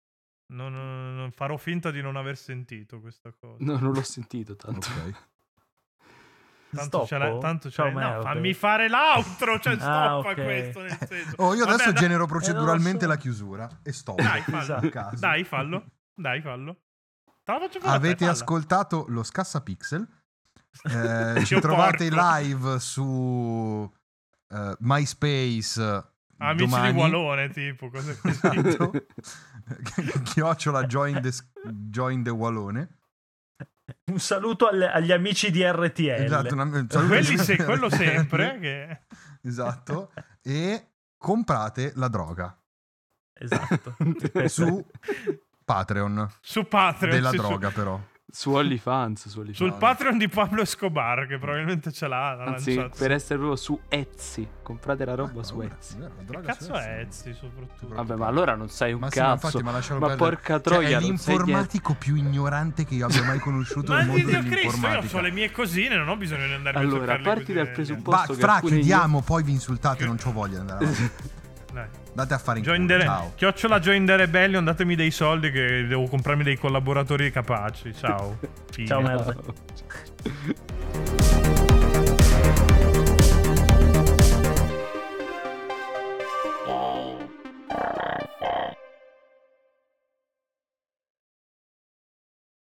S1: Non farò finta di non aver sentito questa cosa.
S4: No, non l'ho sentito tanto.
S3: Ok.
S1: Tanto ce l'hai. Tanto ce
S2: Ciao,
S1: l'hai. No,
S2: merda.
S1: fammi fare l'outro. Cioè, stoppa
S2: ok.
S1: questo. Nel senso.
S3: Oh, io
S1: Vabbè,
S3: adesso genero
S2: non
S3: proceduralmente
S2: lo so.
S3: la chiusura e sto.
S1: Dai, fallo.
S2: Esatto.
S3: a caso.
S1: Dai, fallo. Dai, fallo. Te la faccio fare a te,
S3: Avete
S1: falla.
S3: ascoltato lo Scassapixel. Ci
S1: Io
S3: trovate
S1: porco.
S3: live su MySpace.
S1: Amici
S3: domani.
S1: di Walone, tipo, cose così.
S3: Esatto. Chiocciola join the Walone.
S2: Un saluto agli amici di RTL.
S3: Esatto, un saluto-
S1: Quello sempre. Che...
S3: Esatto. E comprate la droga
S2: Esatto.
S3: su Patreon
S1: Su Patreon.
S3: della
S1: sì,
S3: droga, però.
S4: Su OnlyFans.
S1: Sul Patreon di Pablo Escobar, che probabilmente ce l'ha. l'ha
S4: Anzi,
S1: lanciato.
S4: per essere proprio su Etsy. Comprate la roba su
S3: Ora,
S4: Etsy.
S3: la
S1: Che
S3: droga
S1: cazzo
S3: su
S1: è
S3: Etsy.
S1: Etsy, soprattutto?
S4: Vabbè, ma allora non sai un
S3: Ma sì, ma
S4: cazzo.
S3: infatti, ma lascialo
S4: Ma
S3: perdere.
S4: porca
S3: Cioè,
S4: troia,
S3: è
S4: non sai niente.
S3: l'informatico più ignorante che io abbia mai conosciuto
S1: Ma
S3: nel mondo
S1: Dio Cristo, io
S3: dell'informatica.
S1: ho le mie cosine, non ho bisogno di andare a
S4: Allora,
S1: cercarle
S4: parti
S1: così
S4: dal
S1: negli
S4: presupposto-
S3: Va,
S4: Posso che
S3: fra,
S4: alcune
S3: chiudiamo, poi vi insultate, non c'ho voglia di andare avanti.
S1: altri. Dai.
S3: Date a fare in
S1: Join
S3: culo,
S1: the,
S3: ciao.
S1: chiocciola Join the Rebellion, datemi dei soldi che devo comprarmi dei collaboratori capaci. Ciao. Fine.
S2: Ciao, merda.
S4: Ciao.